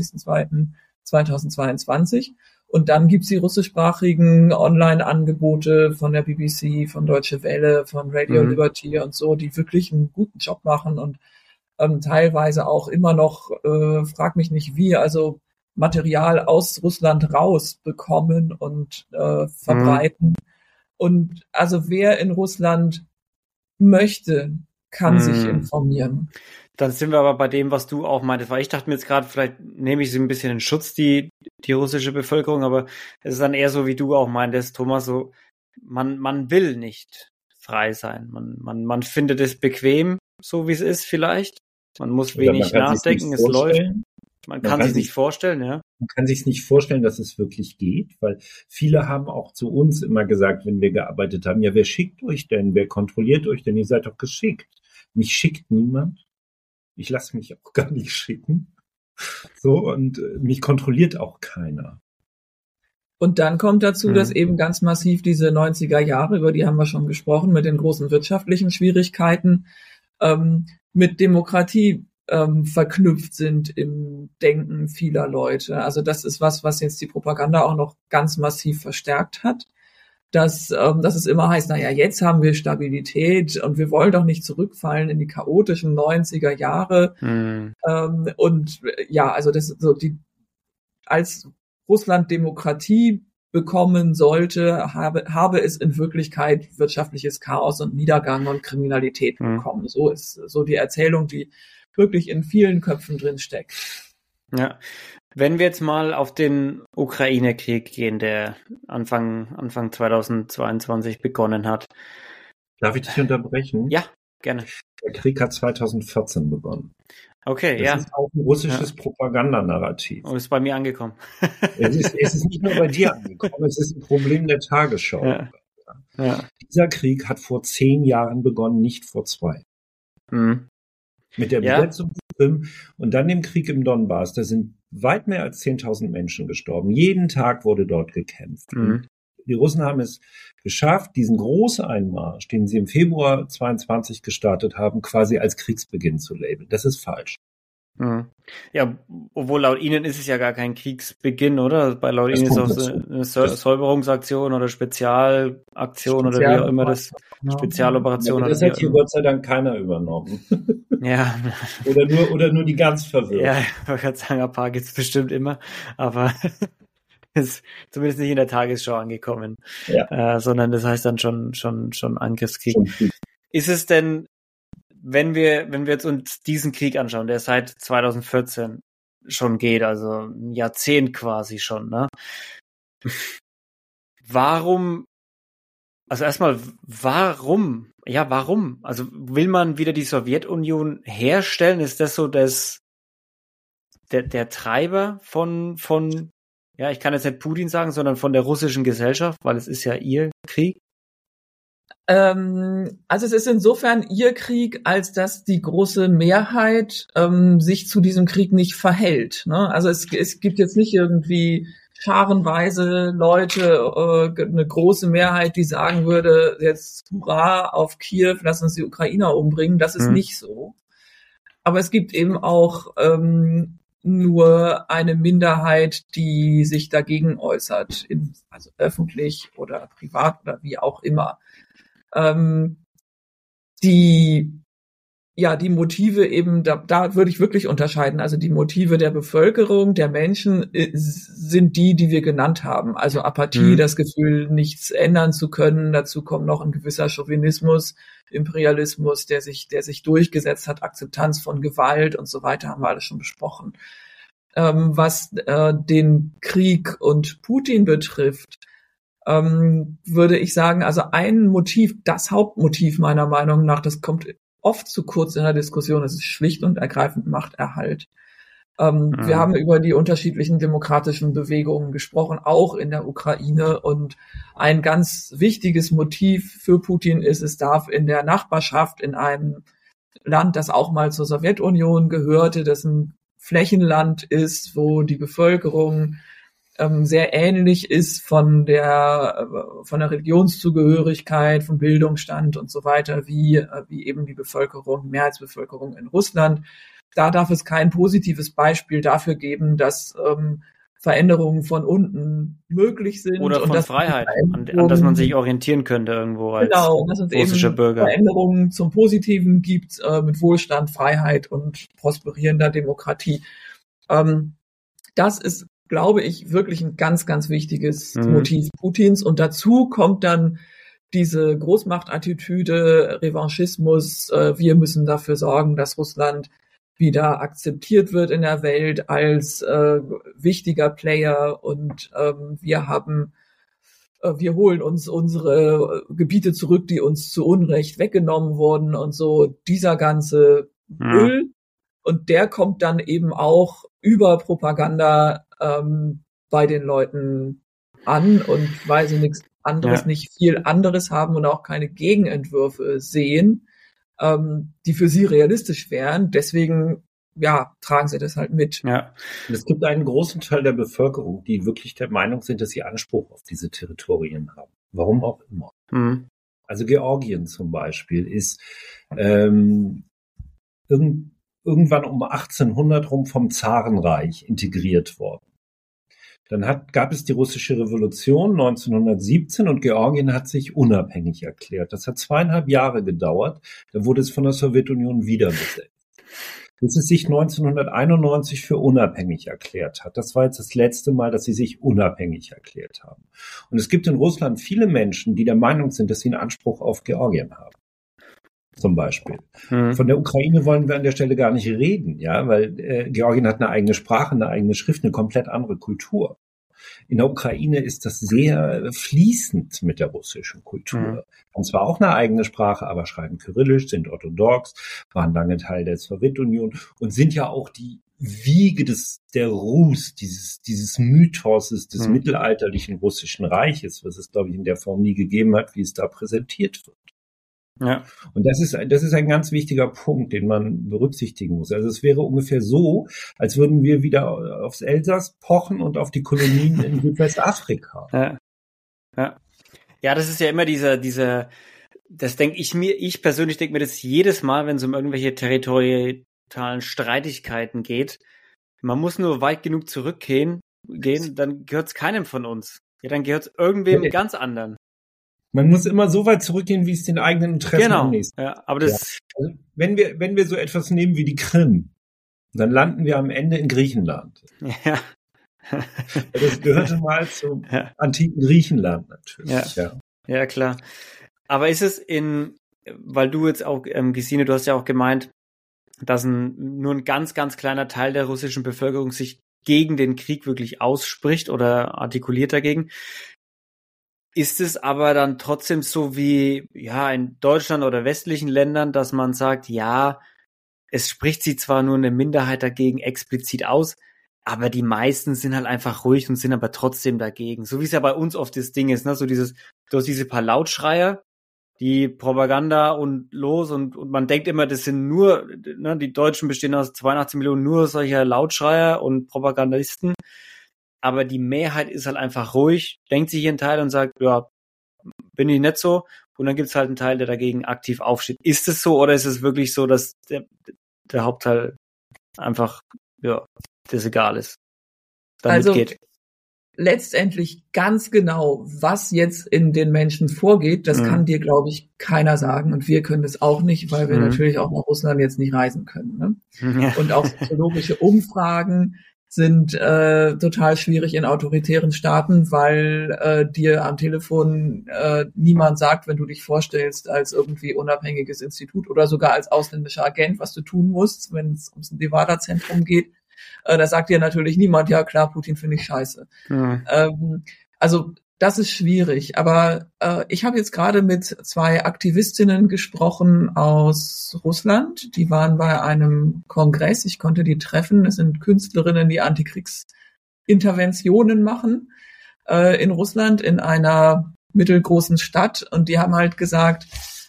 24.02.2022. Und dann gibt's die russischsprachigen Online-Angebote von der BBC, von Deutsche Welle, von Radio Liberty und so, die wirklich einen guten Job machen und teilweise auch immer noch, frag mich nicht wie, also Material aus Russland rausbekommen und verbreiten. Und also wer in Russland möchte, kann sich informieren. Dann sind wir aber bei dem, was du auch meintest, weil ich dachte mir jetzt gerade, vielleicht nehme ich sie ein bisschen in Schutz, die russische Bevölkerung, aber es ist dann eher so, wie du auch meintest, Thomas, so, man will nicht frei sein. Man findet es bequem, so wie es ist vielleicht. Man muss wenig nachdenken, es läuft. Man kann sich nicht vorstellen, ja. Man kann sich nicht vorstellen, dass es wirklich geht, weil viele haben auch zu uns immer gesagt, wenn wir gearbeitet haben, ja, wer schickt euch denn? Wer kontrolliert euch denn? Ihr seid doch geschickt. Mich schickt niemand. Ich lasse mich auch gar nicht schicken. So, und mich kontrolliert auch keiner. Und dann kommt dazu, dass eben ganz massiv diese 90er Jahre, über die haben wir schon gesprochen, mit den großen wirtschaftlichen Schwierigkeiten, mit Demokratie verknüpft sind im Denken vieler Leute. Also das ist was jetzt die Propaganda auch noch ganz massiv verstärkt hat. Dass es immer heißt, naja, jetzt haben wir Stabilität und wir wollen doch nicht zurückfallen in die chaotischen 90er Jahre. Und ja, also das ist so als Russland Demokratie bekommen sollte, habe es in Wirklichkeit wirtschaftliches Chaos und Niedergang und Kriminalität bekommen. So ist so die Erzählung, die wirklich in vielen Köpfen drin steckt. Ja. Wenn wir jetzt mal auf den Ukraine-Krieg gehen, der Anfang 2022 begonnen hat. Darf ich dich unterbrechen? Ja, gerne. Der Krieg hat 2014 begonnen. Okay, das ist auch ein russisches Propagandanarrativ. Und ist bei mir angekommen. Es ist nicht nur bei dir angekommen, es ist ein Problem der Tagesschau. Ja. Dieser Krieg hat vor 10 Jahren begonnen, nicht vor 2. Mit der Besetzung von Krim und dann dem Krieg im Donbass. Da sind weit mehr als 10.000 Menschen gestorben. Jeden Tag wurde dort gekämpft. Die Russen haben es geschafft, diesen Großeinmarsch, den sie im Februar 22 gestartet haben, quasi als Kriegsbeginn zu labeln. Das ist falsch. Ja, obwohl laut Ihnen ist es ja gar kein Kriegsbeginn, oder? Bei laut Ihnen ist es auch eine Säuberungsaktion oder Spezialaktion oder wie auch immer das, Spezialoperation. Aber das hat hier Gott sei Dank keiner übernommen. Ja. oder nur die ganz Verwirrten. Ja, ich wollte gerade sagen, ein paar gibt's bestimmt immer, aber ist zumindest nicht in der Tagesschau angekommen. Ja. Sondern das heißt dann schon Angriffskrieg. Ist es denn, wenn wir jetzt uns diesen Krieg anschauen, der seit 2014 schon geht, also ein Jahrzehnt quasi schon, ne? Warum? Ja, warum? Also will man wieder die Sowjetunion herstellen? Ist das so der Treiber von, ja, ich kann jetzt nicht Putin sagen, sondern von der russischen Gesellschaft, weil es ist ja ihr Krieg? Also es ist insofern ihr Krieg, als dass die große Mehrheit sich zu diesem Krieg nicht verhält. Ne? Also es gibt jetzt nicht irgendwie scharenweise Leute, eine große Mehrheit, die sagen würde, jetzt hurra auf Kiew, lass uns die Ukrainer umbringen. Das ist nicht so. Aber es gibt eben auch nur eine Minderheit, die sich dagegen äußert, also öffentlich oder privat oder wie auch immer. Die Motive eben, da würde ich wirklich unterscheiden. Also die Motive der Bevölkerung, der Menschen sind die wir genannt haben. Also Apathie, das Gefühl, nichts ändern zu können. Dazu kommt noch ein gewisser Chauvinismus, Imperialismus, der sich durchgesetzt hat, Akzeptanz von Gewalt und so weiter, haben wir alles schon besprochen. Was den Krieg und Putin betrifft, würde ich sagen, also ein Motiv, das Hauptmotiv meiner Meinung nach, das kommt oft zu kurz in der Diskussion, das ist schlicht und ergreifend Machterhalt. Wir haben über die unterschiedlichen demokratischen Bewegungen gesprochen, auch in der Ukraine, und ein ganz wichtiges Motiv für Putin ist, es darf in der Nachbarschaft, in einem Land, das auch mal zur Sowjetunion gehörte, das ein Flächenland ist, wo die Bevölkerung sehr ähnlich ist von der Religionszugehörigkeit, vom Bildungsstand und so weiter, wie eben die Bevölkerung, Mehrheitsbevölkerung in Russland. Da darf es kein positives Beispiel dafür geben, dass Veränderungen von unten möglich sind. Oder von Freiheit, an das man sich orientieren könnte irgendwo als russischer Bürger. Veränderungen zum Positiven gibt, mit Wohlstand, Freiheit und prosperierender Demokratie. Das ist, glaube ich, wirklich ein ganz, ganz wichtiges Motiv Putins. Und dazu kommt dann diese Großmachtattitüde, Revanchismus, wir müssen dafür sorgen, dass Russland wieder akzeptiert wird in der Welt als wichtiger Player und wir holen uns unsere Gebiete zurück, die uns zu Unrecht weggenommen wurden und so, dieser ganze Müll. Und der kommt dann eben auch über Propaganda bei den Leuten an und weil sie nichts anderes, nicht viel anderes haben und auch keine Gegenentwürfe sehen, die für sie realistisch wären. Deswegen, tragen sie das halt mit. Ja. Und es gibt einen großen Teil der Bevölkerung, die wirklich der Meinung sind, dass sie Anspruch auf diese Territorien haben. Warum auch immer. Also Georgien zum Beispiel ist irgendwann um 1800 rum vom Zarenreich integriert worden. Dann gab es die russische Revolution 1917 und Georgien hat sich unabhängig erklärt. Das hat 2,5 Jahre gedauert. Da wurde es von der Sowjetunion wieder besetzt. Bis es sich 1991 für unabhängig erklärt hat. Das war jetzt das letzte Mal, dass sie sich unabhängig erklärt haben. Und es gibt in Russland viele Menschen, die der Meinung sind, dass sie einen Anspruch auf Georgien haben. Zum Beispiel. Von der Ukraine wollen wir an der Stelle gar nicht reden, ja, weil Georgien hat eine eigene Sprache, eine eigene Schrift, eine komplett andere Kultur. In der Ukraine ist das sehr fließend mit der russischen Kultur. Haben zwar auch eine eigene Sprache, aber schreiben Kyrillisch, sind orthodox, waren lange Teil der Sowjetunion und sind ja auch die Wiege der Rus, dieses Mythoses des mittelalterlichen russischen Reiches, was es, glaube ich, in der Form nie gegeben hat, wie es da präsentiert wird. Ja. Und das ist ein ganz wichtiger Punkt, den man berücksichtigen muss. Also es wäre ungefähr so, als würden wir wieder aufs Elsass pochen und auf die Kolonien in Südwestafrika. Ja, das ist ja immer das denke ich persönlich denke mir das jedes Mal, wenn es um irgendwelche territorialen Streitigkeiten geht. Man muss nur weit genug zurückgehen, dann gehört es keinem von uns. Ja, dann gehört es irgendwem ganz anderen. Man muss immer so weit zurückgehen, wie es den eigenen Interessen am nächsten. Ja, aber das. Ja. Also, wenn wir so etwas nehmen wie die Krim, dann landen wir am Ende in Griechenland. Ja. Das gehörte mal zum antiken Griechenland natürlich. Ja, klar. Aber ist es weil du jetzt auch, Gesine, du hast ja auch gemeint, dass nur ein ganz, ganz kleiner Teil der russischen Bevölkerung sich gegen den Krieg wirklich ausspricht oder artikuliert dagegen. Ist es aber dann trotzdem so wie in Deutschland oder westlichen Ländern, dass man sagt, es spricht sich zwar nur eine Minderheit dagegen explizit aus, aber die meisten sind halt einfach ruhig und sind aber trotzdem dagegen. So wie es ja bei uns oft das Ding ist, ne? So du hast diese paar Lautschreier, die Propaganda und man denkt immer, das sind nur, ne, die Deutschen bestehen aus 82 Millionen nur solcher Lautschreier und Propagandisten. Aber die Mehrheit ist halt einfach ruhig, denkt sich ihren Teil und sagt, bin ich nicht so. Und dann gibt's halt einen Teil, der dagegen aktiv aufsteht. Ist es so oder ist es wirklich so, dass der Hauptteil einfach, das egal ist? Damit geht. Letztendlich ganz genau, was jetzt in den Menschen vorgeht, das kann dir, glaube ich, keiner sagen. Und wir können das auch nicht, weil wir natürlich auch nach Russland jetzt nicht reisen können. Ne? Ja. Und auch soziologische Umfragen sind total schwierig in autoritären Staaten, weil dir am Telefon niemand sagt, wenn du dich vorstellst als irgendwie unabhängiges Institut oder sogar als ausländischer Agent, was du tun musst, wenn es ums Nevada-Zentrum geht. Da sagt dir natürlich niemand, ja klar, Putin finde ich scheiße. Also das ist schwierig. Aber ich habe jetzt gerade mit 2 Aktivistinnen gesprochen aus Russland. Die waren bei einem Kongress. Ich konnte die treffen. Das sind Künstlerinnen, die Antikriegsinterventionen machen in Russland in einer mittelgroßen Stadt. Und die haben halt gesagt,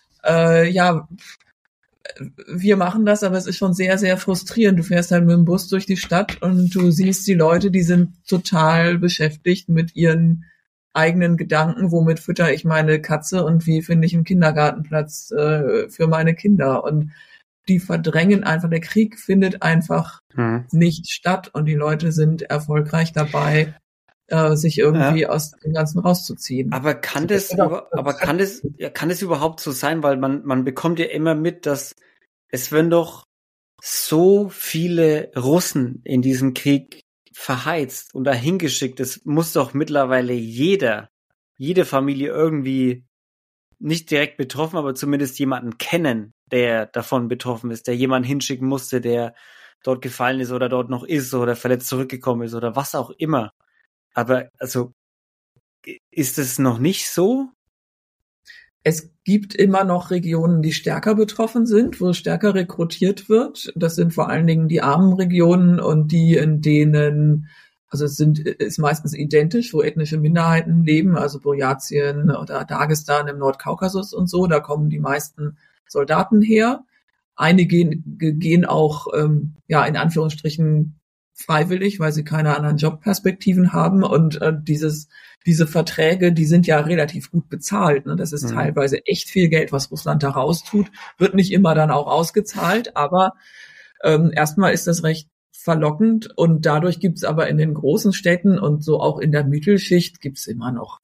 wir machen das, aber es ist schon sehr, sehr frustrierend. Du fährst halt mit dem Bus durch die Stadt und du siehst die Leute, die sind total beschäftigt mit ihren eigenen Gedanken, womit fütter ich meine Katze und wie finde ich einen Kindergartenplatz für meine Kinder. Und die verdrängen einfach, der Krieg findet einfach nicht statt und die Leute sind erfolgreich dabei, sich irgendwie aus dem Ganzen rauszuziehen. Aber kann das überhaupt so sein? Weil man bekommt ja immer mit, dass es werden doch so viele Russen in diesem Krieg verheizt und dahin geschickt. Es muss doch mittlerweile jede Familie irgendwie nicht direkt betroffen, aber zumindest jemanden kennen, der davon betroffen ist, der jemanden hinschicken musste, der dort gefallen ist oder dort noch ist oder verletzt zurückgekommen ist oder was auch immer. Aber also ist es noch nicht so? Es gibt immer noch Regionen, die stärker betroffen sind, wo stärker rekrutiert wird. Das sind vor allen Dingen die armen Regionen und die, in denen, also ist meistens identisch, wo ethnische Minderheiten leben, also Burjatien oder Dagestan im Nordkaukasus und so. Da kommen die meisten Soldaten her. Einige gehen auch, in Anführungsstrichen freiwillig, weil sie keine anderen Jobperspektiven haben. Und diese Verträge, die sind ja relativ gut bezahlt. Ne? Das ist teilweise echt viel Geld, was Russland da raustut. Wird nicht immer dann auch ausgezahlt, aber erstmal ist das recht verlockend. Und dadurch gibt's aber in den großen Städten und so auch in der Mittelschicht gibt's immer noch,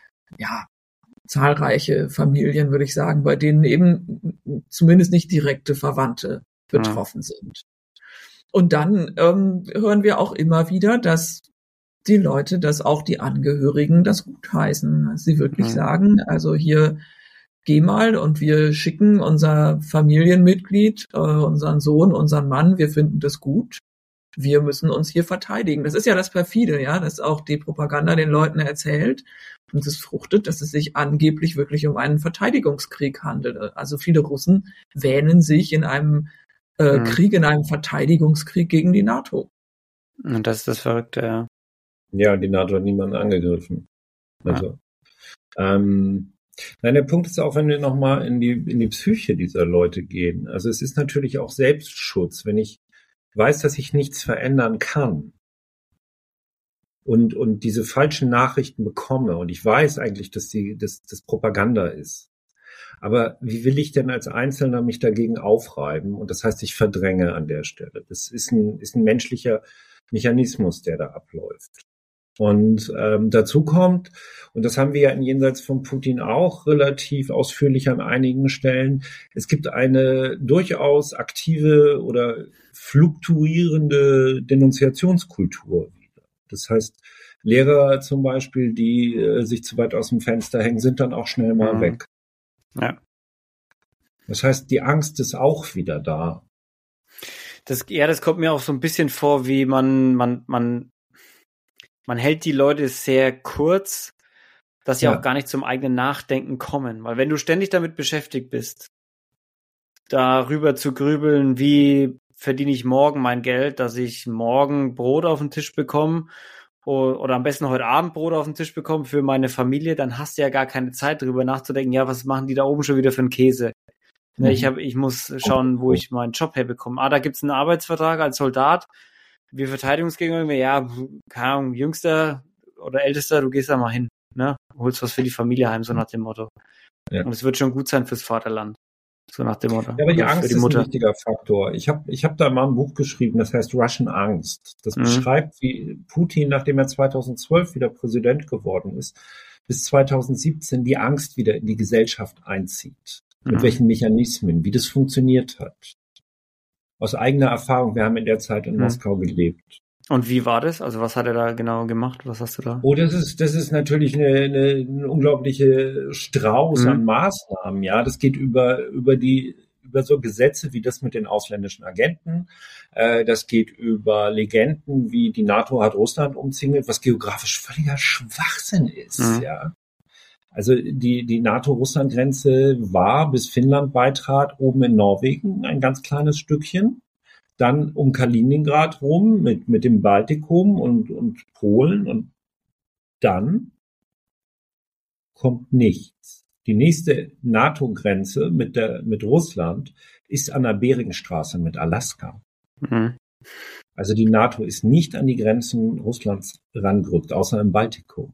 zahlreiche Familien, würde ich sagen, bei denen eben zumindest nicht direkte Verwandte betroffen sind. Und dann hören wir auch immer wieder, dass die Leute, dass auch die Angehörigen das gutheißen. Sie wirklich sagen, also hier geh mal und wir schicken unser Familienmitglied, unseren Sohn, unseren Mann, wir finden das gut. Wir müssen uns hier verteidigen. Das ist ja das Perfide, dass auch die Propaganda den Leuten erzählt und es fruchtet, dass es sich angeblich wirklich um einen Verteidigungskrieg handelt. Also viele Russen wähnen sich in einem Krieg, in einem Verteidigungskrieg gegen die NATO. Und das ist das Verrückte, ja. Ja, die NATO hat niemanden angegriffen. Also, nein, der Punkt ist auch, wenn wir nochmal in die Psyche dieser Leute gehen. Also es ist natürlich auch Selbstschutz, wenn ich weiß, dass ich nichts verändern kann und diese falschen Nachrichten bekomme und ich weiß eigentlich, dass das Propaganda ist. Aber wie will ich denn als Einzelner mich dagegen aufreiben? Und das heißt, ich verdränge an der Stelle. Das ist ein menschlicher Mechanismus, der da abläuft. Und dazu kommt, und das haben wir ja in Jenseits von Putin auch relativ ausführlich an einigen Stellen, es gibt eine durchaus aktive oder fluktuierende Denunziationskultur wieder. Das heißt, Lehrer zum Beispiel, die sich zu weit aus dem Fenster hängen, sind dann auch schnell mal weg. Ja. Das heißt, die Angst ist auch wieder da. Das kommt mir auch so ein bisschen vor, wie man hält die Leute sehr kurz, dass sie auch gar nicht zum eigenen Nachdenken kommen. Weil wenn du ständig damit beschäftigt bist, darüber zu grübeln, wie verdiene ich morgen mein Geld, dass ich morgen Brot auf den Tisch bekomme oder am besten heute Abend Brot auf den Tisch bekomme für meine Familie, dann hast du ja gar keine Zeit, darüber nachzudenken, was machen die da oben schon wieder für einen Käse? Ich muss schauen, wo ich meinen Job herbekomme. Da gibt's einen Arbeitsvertrag als Soldat. Wir Verteidigungsgegner, keine Ahnung, Jüngster oder Ältester, du gehst da mal hin, holst was für die Familie heim, so nach dem Motto. Ja. Und es wird schon gut sein fürs Vaterland, so nach dem Motto. Ja, aber die Angst ist ein wichtiger Faktor. Ich hab da mal ein Buch geschrieben, das heißt Russian Angst. Das beschreibt, wie Putin, nachdem er 2012 wieder Präsident geworden ist, bis 2017 die Angst wieder in die Gesellschaft einzieht. Mit welchen Mechanismen, wie das funktioniert hat. Aus eigener Erfahrung, wir haben in der Zeit in Moskau gelebt. Und wie war das? Also was hat er da genau gemacht? Was hast du da? Oh, das ist natürlich eine unglaubliche Strauß an Maßnahmen, Das geht über so Gesetze wie das mit den ausländischen Agenten. Das geht über Legenden wie die NATO hat Russland umzingelt, was geografisch völliger Schwachsinn ist, Also die NATO-Russland-Grenze war, bis Finnland beitrat, oben in Norwegen ein ganz kleines Stückchen. Dann um Kaliningrad rum mit dem Baltikum und Polen. Und dann kommt nichts. Die nächste NATO-Grenze mit Russland ist an der Beringstraße mit Alaska. Also die NATO ist nicht an die Grenzen Russlands rangerückt, außer im Baltikum.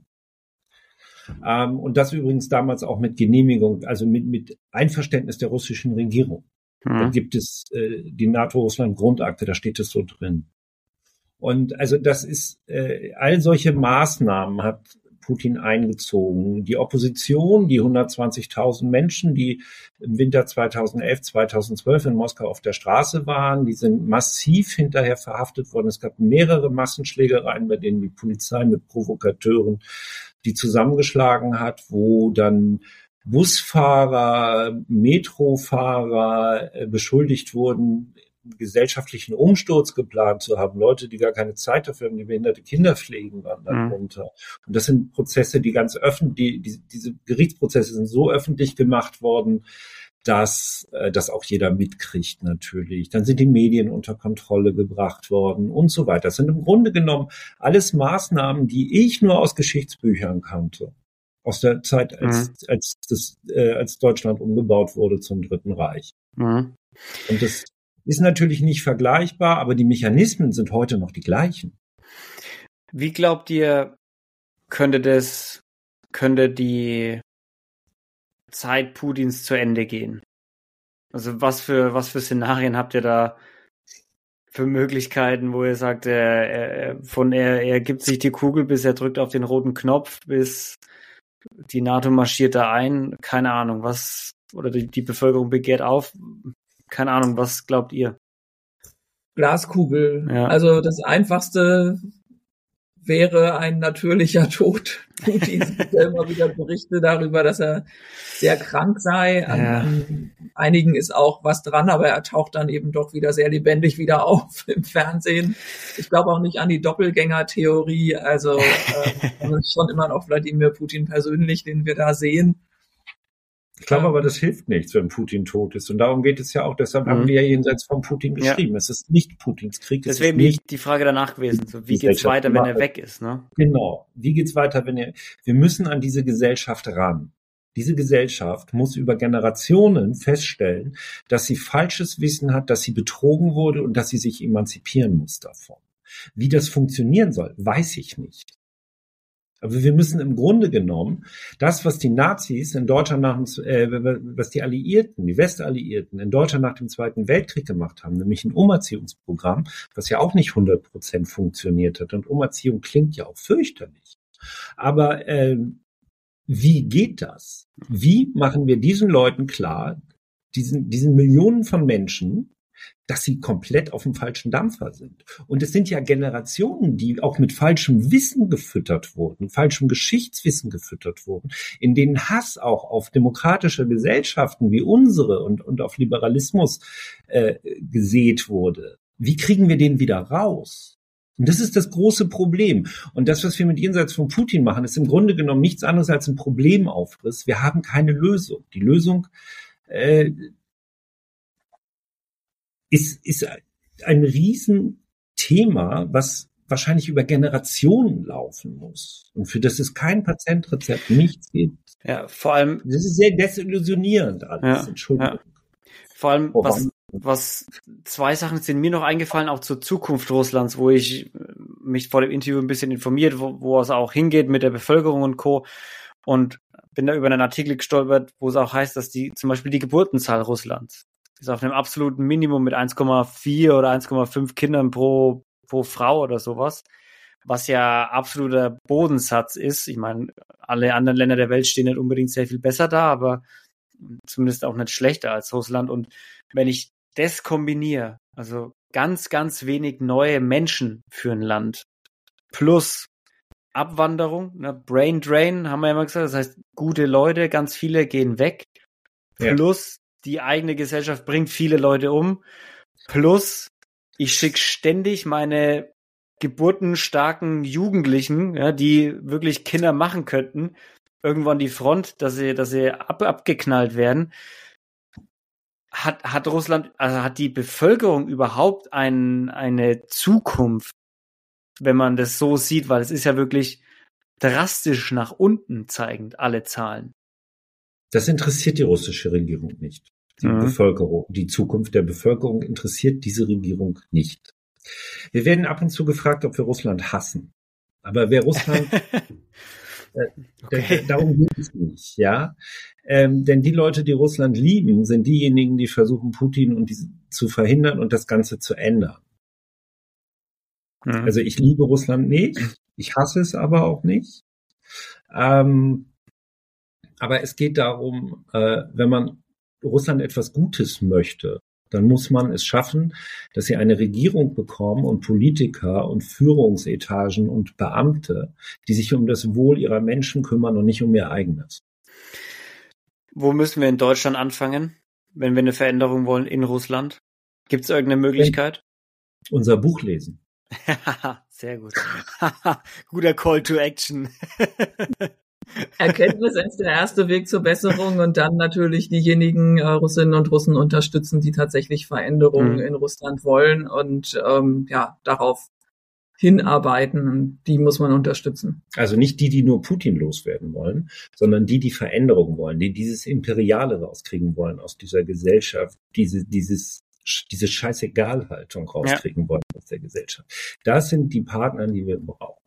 Und das übrigens damals auch mit Genehmigung, also mit Einverständnis der russischen Regierung. Da gibt es die NATO-Russland-Grundakte, da steht es so drin. Und also das ist, all solche Maßnahmen hat Putin eingezogen. Die Opposition, die 120.000 Menschen, die im Winter 2011, 2012 in Moskau auf der Straße waren, die sind massiv hinterher verhaftet worden. Es gab mehrere Massenschlägereien, bei denen die Polizei mit Provokateuren die zusammengeschlagen hat, wo dann Busfahrer, Metrofahrer beschuldigt wurden, gesellschaftlichen Umsturz geplant zu haben, Leute, die gar keine Zeit dafür haben, die behinderte Kinder pflegen, waren darunter. Und das sind Prozesse, die ganz öffentlich, diese Gerichtsprozesse sind so öffentlich gemacht worden, dass das auch jeder mitkriegt natürlich. Dann sind die Medien unter Kontrolle gebracht worden und so weiter. Das sind im Grunde genommen alles Maßnahmen, die ich nur aus Geschichtsbüchern kannte. Aus der Zeit, als Deutschland umgebaut wurde zum Dritten Reich. Und das ist natürlich nicht vergleichbar, aber die Mechanismen sind heute noch die gleichen. Wie glaubt ihr, könnte die Zeit Putins zu Ende gehen? Also was für Szenarien habt ihr da für Möglichkeiten, wo ihr sagt, er gibt sich die Kugel, bis er drückt auf den roten Knopf, bis die NATO marschiert da ein, keine Ahnung, was, oder die Bevölkerung begehrt auf, keine Ahnung, was glaubt ihr? Glaskugel. Ja. Also das Einfachste wäre ein natürlicher Tod. Putin gibt ja immer wieder Berichte darüber, dass er sehr krank sei. An einigen ist auch was dran, aber er taucht dann eben doch wieder sehr lebendig wieder auf im Fernsehen. Ich glaube auch nicht an die Doppelgänger-Theorie. Also das ist schon immer noch Wladimir Putin persönlich, den wir da sehen. Ich glaube aber, das hilft nichts, wenn Putin tot ist. Und darum geht es ja auch. Deshalb haben wir ja jenseits von Putin geschrieben. Ja. Es ist nicht Putins Krieg. Das wäre nicht die Frage danach gewesen. So, wie geht's weiter, wenn er weg ist? Ne? Genau. Wie geht's weiter, wir müssen an diese Gesellschaft ran. Diese Gesellschaft muss über Generationen feststellen, dass sie falsches Wissen hat, dass sie betrogen wurde und dass sie sich emanzipieren muss davon. Wie das funktionieren soll, weiß ich nicht. Aber wir müssen im Grunde genommen das, was die Nazis in Deutschland was die Alliierten, die Westalliierten in Deutschland nach dem Zweiten Weltkrieg gemacht haben, nämlich ein Umerziehungsprogramm, was ja auch nicht 100% funktioniert hat. Und Umerziehung klingt ja auch fürchterlich. Aber wie geht das? Wie machen wir diesen Leuten klar, diesen Millionen von Menschen, dass sie komplett auf dem falschen Dampfer sind? Und es sind ja Generationen, die auch mit falschem Wissen gefüttert wurden, falschem Geschichtswissen gefüttert wurden, in denen Hass auch auf demokratische Gesellschaften wie unsere und auf Liberalismus gesät wurde. Wie kriegen wir den wieder raus? Und das ist das große Problem. Und das, was wir mit Jenseits von Putin machen, ist im Grunde genommen nichts anderes als ein Problemaufriss. Wir haben keine Lösung. Die Lösung ist ein Riesenthema, was wahrscheinlich über Generationen laufen muss und für das es kein Patentrezept, nichts gibt. Ja, vor allem. Das ist sehr desillusionierend alles. Ja, Entschuldigung. Ja. Vor allem, was zwei Sachen sind mir noch eingefallen, auch zur Zukunft Russlands, wo ich mich vor dem Interview ein bisschen informiert, wo es auch hingeht mit der Bevölkerung und Co. Und bin da über einen Artikel gestolpert, wo es auch heißt, dass zum Beispiel die Geburtenzahl Russlands ist auf einem absoluten Minimum mit 1,4 oder 1,5 Kindern pro Frau oder sowas, was ja absoluter Bodensatz ist. Ich meine, alle anderen Länder der Welt stehen nicht unbedingt sehr viel besser da, aber zumindest auch nicht schlechter als Russland. Und wenn ich das kombiniere, also ganz, ganz wenig neue Menschen für ein Land, plus Abwanderung, ne, Brain Drain, haben wir ja immer gesagt, das heißt, gute Leute, ganz viele gehen weg, plus die eigene Gesellschaft bringt viele Leute um, plus ich schicke ständig meine geburtenstarken Jugendlichen, ja, die wirklich Kinder machen könnten, irgendwo an die Front, dass sie abgeknallt werden. Hat Russland, also hat die Bevölkerung überhaupt eine Zukunft, wenn man das so sieht, weil es ist ja wirklich drastisch nach unten zeigend, alle Zahlen. Das interessiert die russische Regierung nicht. Die Bevölkerung, die Zukunft der Bevölkerung interessiert diese Regierung nicht. Wir werden ab und zu gefragt, ob wir Russland hassen. Aber wer Russland, darum geht es nicht, ja. Denn die Leute, die Russland lieben, sind diejenigen, die versuchen, Putin zu verhindern und das Ganze zu ändern. Also ich liebe Russland nicht, ich hasse es aber auch nicht. Aber es geht darum, wenn man Russland etwas Gutes möchte, dann muss man es schaffen, dass sie eine Regierung bekommen und Politiker und Führungsetagen und Beamte, die sich um das Wohl ihrer Menschen kümmern und nicht um ihr eigenes. Wo müssen wir in Deutschland anfangen, wenn wir eine Veränderung wollen in Russland? Gibt es irgendeine Möglichkeit? Unser Buch lesen. Sehr gut. Guter Call to Action. Erkenntnis ist der erste Weg zur Besserung und dann natürlich diejenigen Russinnen und Russen unterstützen, die tatsächlich Veränderungen in Russland wollen und darauf hinarbeiten. Und die muss man unterstützen. Also nicht die nur Putin loswerden wollen, sondern die Veränderung wollen, die dieses Imperiale rauskriegen wollen aus dieser Gesellschaft, diese Scheißegal-Haltung rauskriegen wollen aus der Gesellschaft. Das sind die Partner, die wir brauchen.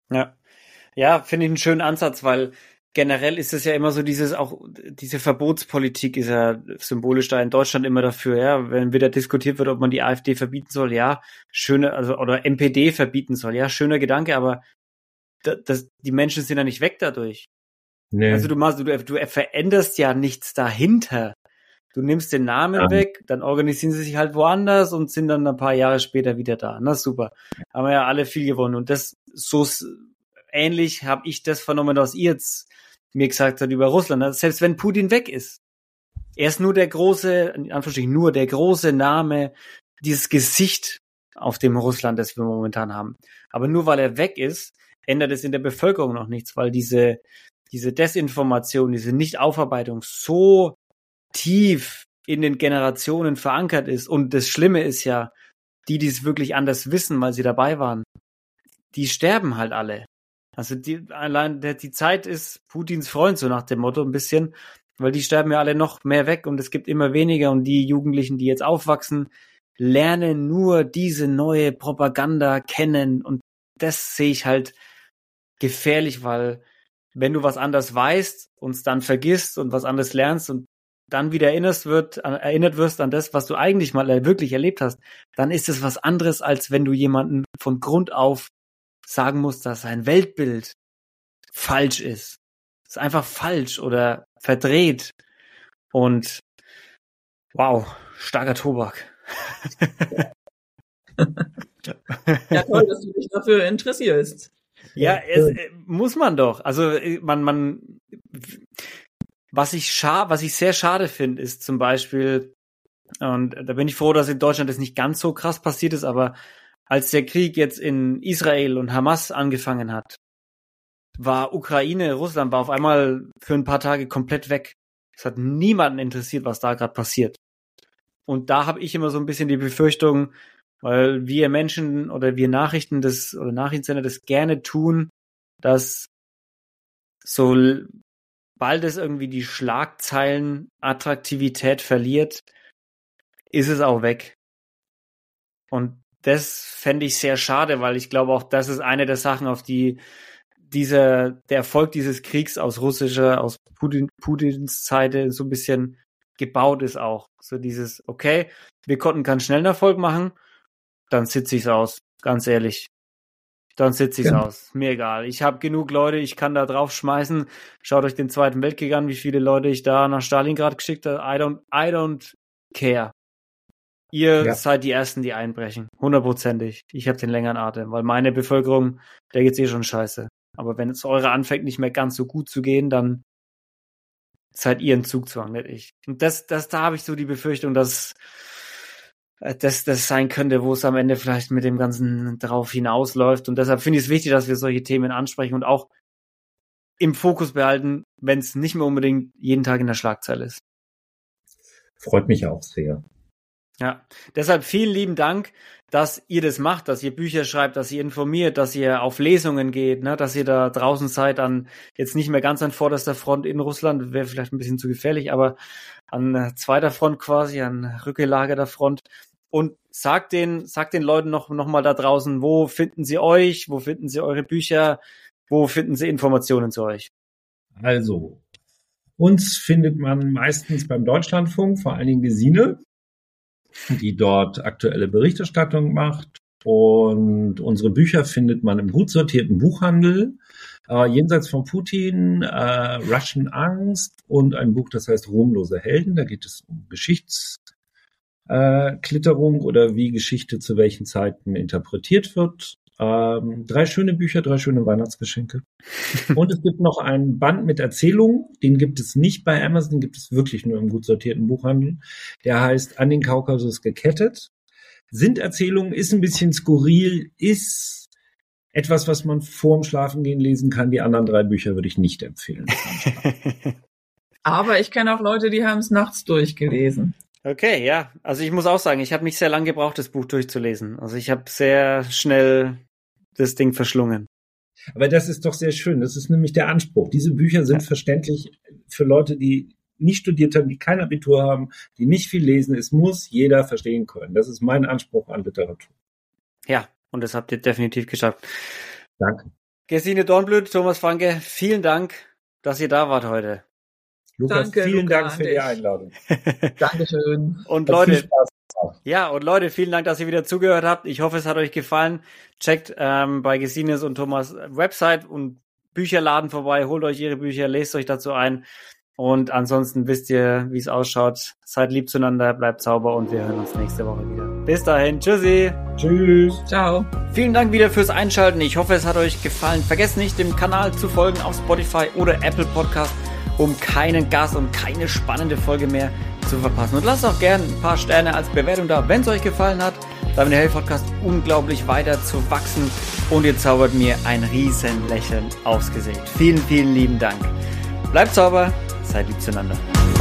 Ja, finde ich einen schönen Ansatz, weil generell ist es ja immer so diese Verbotspolitik ist ja symbolisch da in Deutschland immer dafür, ja, wenn wieder diskutiert wird, ob man die AfD verbieten soll, ja, oder NPD verbieten soll, ja, schöner Gedanke, aber die Menschen sind ja nicht weg dadurch. Nee. Also du veränderst ja nichts dahinter. Du nimmst den Namen weg, dann organisieren sie sich halt woanders und sind dann ein paar Jahre später wieder da. Na super. Haben wir ja alle viel gewonnen. Und das so ähnlich habe ich das vernommen, was ihr jetzt mir gesagt habt über Russland. Also selbst wenn Putin weg ist, er ist nur der große, in Anführungsstrichen nur der große Name, dieses Gesicht auf dem Russland, das wir momentan haben. Aber nur weil er weg ist, ändert es in der Bevölkerung noch nichts, weil diese Desinformation, diese Nichtaufarbeitung so tief in den Generationen verankert ist. Und das Schlimme ist ja, die es wirklich anders wissen, weil sie dabei waren, die sterben halt alle. Also die Zeit ist Putins Freund, so nach dem Motto ein bisschen, weil die sterben ja alle noch mehr weg und es gibt immer weniger und die Jugendlichen, die jetzt aufwachsen, lernen nur diese neue Propaganda kennen und das sehe ich halt gefährlich, weil wenn du was anderes weißt und es dann vergisst und was anderes lernst und dann wieder erinnert wirst an das, was du eigentlich mal wirklich erlebt hast, dann ist es was anderes, als wenn du jemanden von Grund auf sagen musst, dass sein Weltbild falsch ist. Es ist einfach falsch oder verdreht. Und wow, starker Tobak. Ja, toll, dass du dich dafür interessierst. Ja, muss man doch. Also was ich sehr schade finde, ist zum Beispiel, und da bin ich froh, dass in Deutschland das nicht ganz so krass passiert ist, aber als der Krieg jetzt in Israel und Hamas angefangen hat, war Russland war auf einmal für ein paar Tage komplett weg. Es hat niemanden interessiert, was da gerade passiert. Und da habe ich immer so ein bisschen die Befürchtung, weil wir Menschen oder wir Nachrichtensender das gerne tun, dass sobald es irgendwie die Schlagzeilen-Attraktivität verliert, ist es auch weg. Und das fände ich sehr schade, weil ich glaube auch, das ist eine der Sachen, auf die der Erfolg dieses Kriegs aus Putins Seite so ein bisschen gebaut ist auch. So dieses, okay, wir konnten keinen schnellen Erfolg machen, dann sitze ich's aus, ganz ehrlich. Dann sitze ich's aus. Mir egal. Ich habe genug Leute, ich kann da drauf schmeißen. Schaut euch den Zweiten Weltkrieg an, wie viele Leute ich da nach Stalingrad geschickt habe. I don't care. Ihr seid die Ersten, die einbrechen. 100%ig. Ich habe den längeren Atem, weil meine Bevölkerung, der geht's schon scheiße. Aber wenn es eure anfängt, nicht mehr ganz so gut zu gehen, dann seid ihr in Zugzwang, nicht ich. Und da habe ich so die Befürchtung, dass das sein könnte, wo es am Ende vielleicht mit dem Ganzen drauf hinausläuft. Und deshalb finde ich es wichtig, dass wir solche Themen ansprechen und auch im Fokus behalten, wenn es nicht mehr unbedingt jeden Tag in der Schlagzeile ist. Freut mich auch sehr. Ja, deshalb vielen lieben Dank, dass ihr das macht, dass ihr Bücher schreibt, dass ihr informiert, dass ihr auf Lesungen geht, ne, dass ihr da draußen seid, jetzt nicht mehr ganz an vorderster Front in Russland, wäre vielleicht ein bisschen zu gefährlich, aber an zweiter Front quasi, an rückgelagerter Front. Und sagt den Leuten noch mal da draußen, wo finden sie euch, wo finden sie eure Bücher, wo finden sie Informationen zu euch? Also, uns findet man meistens beim Deutschlandfunk, vor allen Dingen Gesine, die dort aktuelle Berichterstattung macht. Und unsere Bücher findet man im gut sortierten Buchhandel. Jenseits von Putin, Russian Angst und ein Buch, das heißt Ruhmlose Helden. Da geht es um Geschichtsklitterung oder wie Geschichte zu welchen Zeiten interpretiert wird. 3 schöne Bücher, 3 schöne Weihnachtsgeschenke. Und es gibt noch einen Band mit Erzählungen, den gibt es nicht bei Amazon, den gibt es wirklich nur im gut sortierten Buchhandel. Der heißt An den Kaukasus gekettet. Sind Erzählungen, ist ein bisschen skurril, ist etwas, was man vorm Schlafengehen lesen kann. Die anderen 3 Bücher würde ich nicht empfehlen. Aber ich kenne auch Leute, die haben es nachts durchgelesen. Okay, ja. Also ich muss auch sagen, ich habe nicht sehr lange gebraucht, das Buch durchzulesen. Also ich habe sehr schnell das Ding verschlungen. Aber das ist doch sehr schön. Das ist nämlich der Anspruch. Diese Bücher sind verständlich für Leute, die nicht studiert haben, die kein Abitur haben, die nicht viel lesen. Es muss jeder verstehen können. Das ist mein Anspruch an Literatur. Ja, und das habt ihr definitiv geschafft. Danke. Gesine Dornblüt, Thomas Franke, vielen Dank, dass ihr da wart heute. Lukas, Danke, vielen Luca, Dank für die Einladung. Dankeschön. Und Hat viel Leute, Spaß gemacht. ja, und Leute, vielen Dank, dass ihr wieder zugehört habt. Ich hoffe, es hat euch gefallen. Checkt bei Gesines und Thomas Website und Bücherladen vorbei, holt euch ihre Bücher, lest euch dazu ein. Und ansonsten wisst ihr, wie es ausschaut. Seid lieb zueinander, bleibt sauber und wir hören uns nächste Woche wieder. Bis dahin, tschüssi. Tschüss. Ciao. Vielen Dank wieder fürs Einschalten. Ich hoffe, es hat euch gefallen. Vergesst nicht, dem Kanal zu folgen auf Spotify oder Apple Podcast, um keinen Gast und keine spannende Folge mehr zu verpassen. Und lasst auch gerne ein paar Sterne als Bewertung da, wenn es euch gefallen hat. Damit der Podcast unglaublich weiter zu wachsen und ihr zaubert mir ein riesen Lächeln aufs Gesicht. Vielen, vielen lieben Dank. Bleibt sauber, seid lieb zueinander.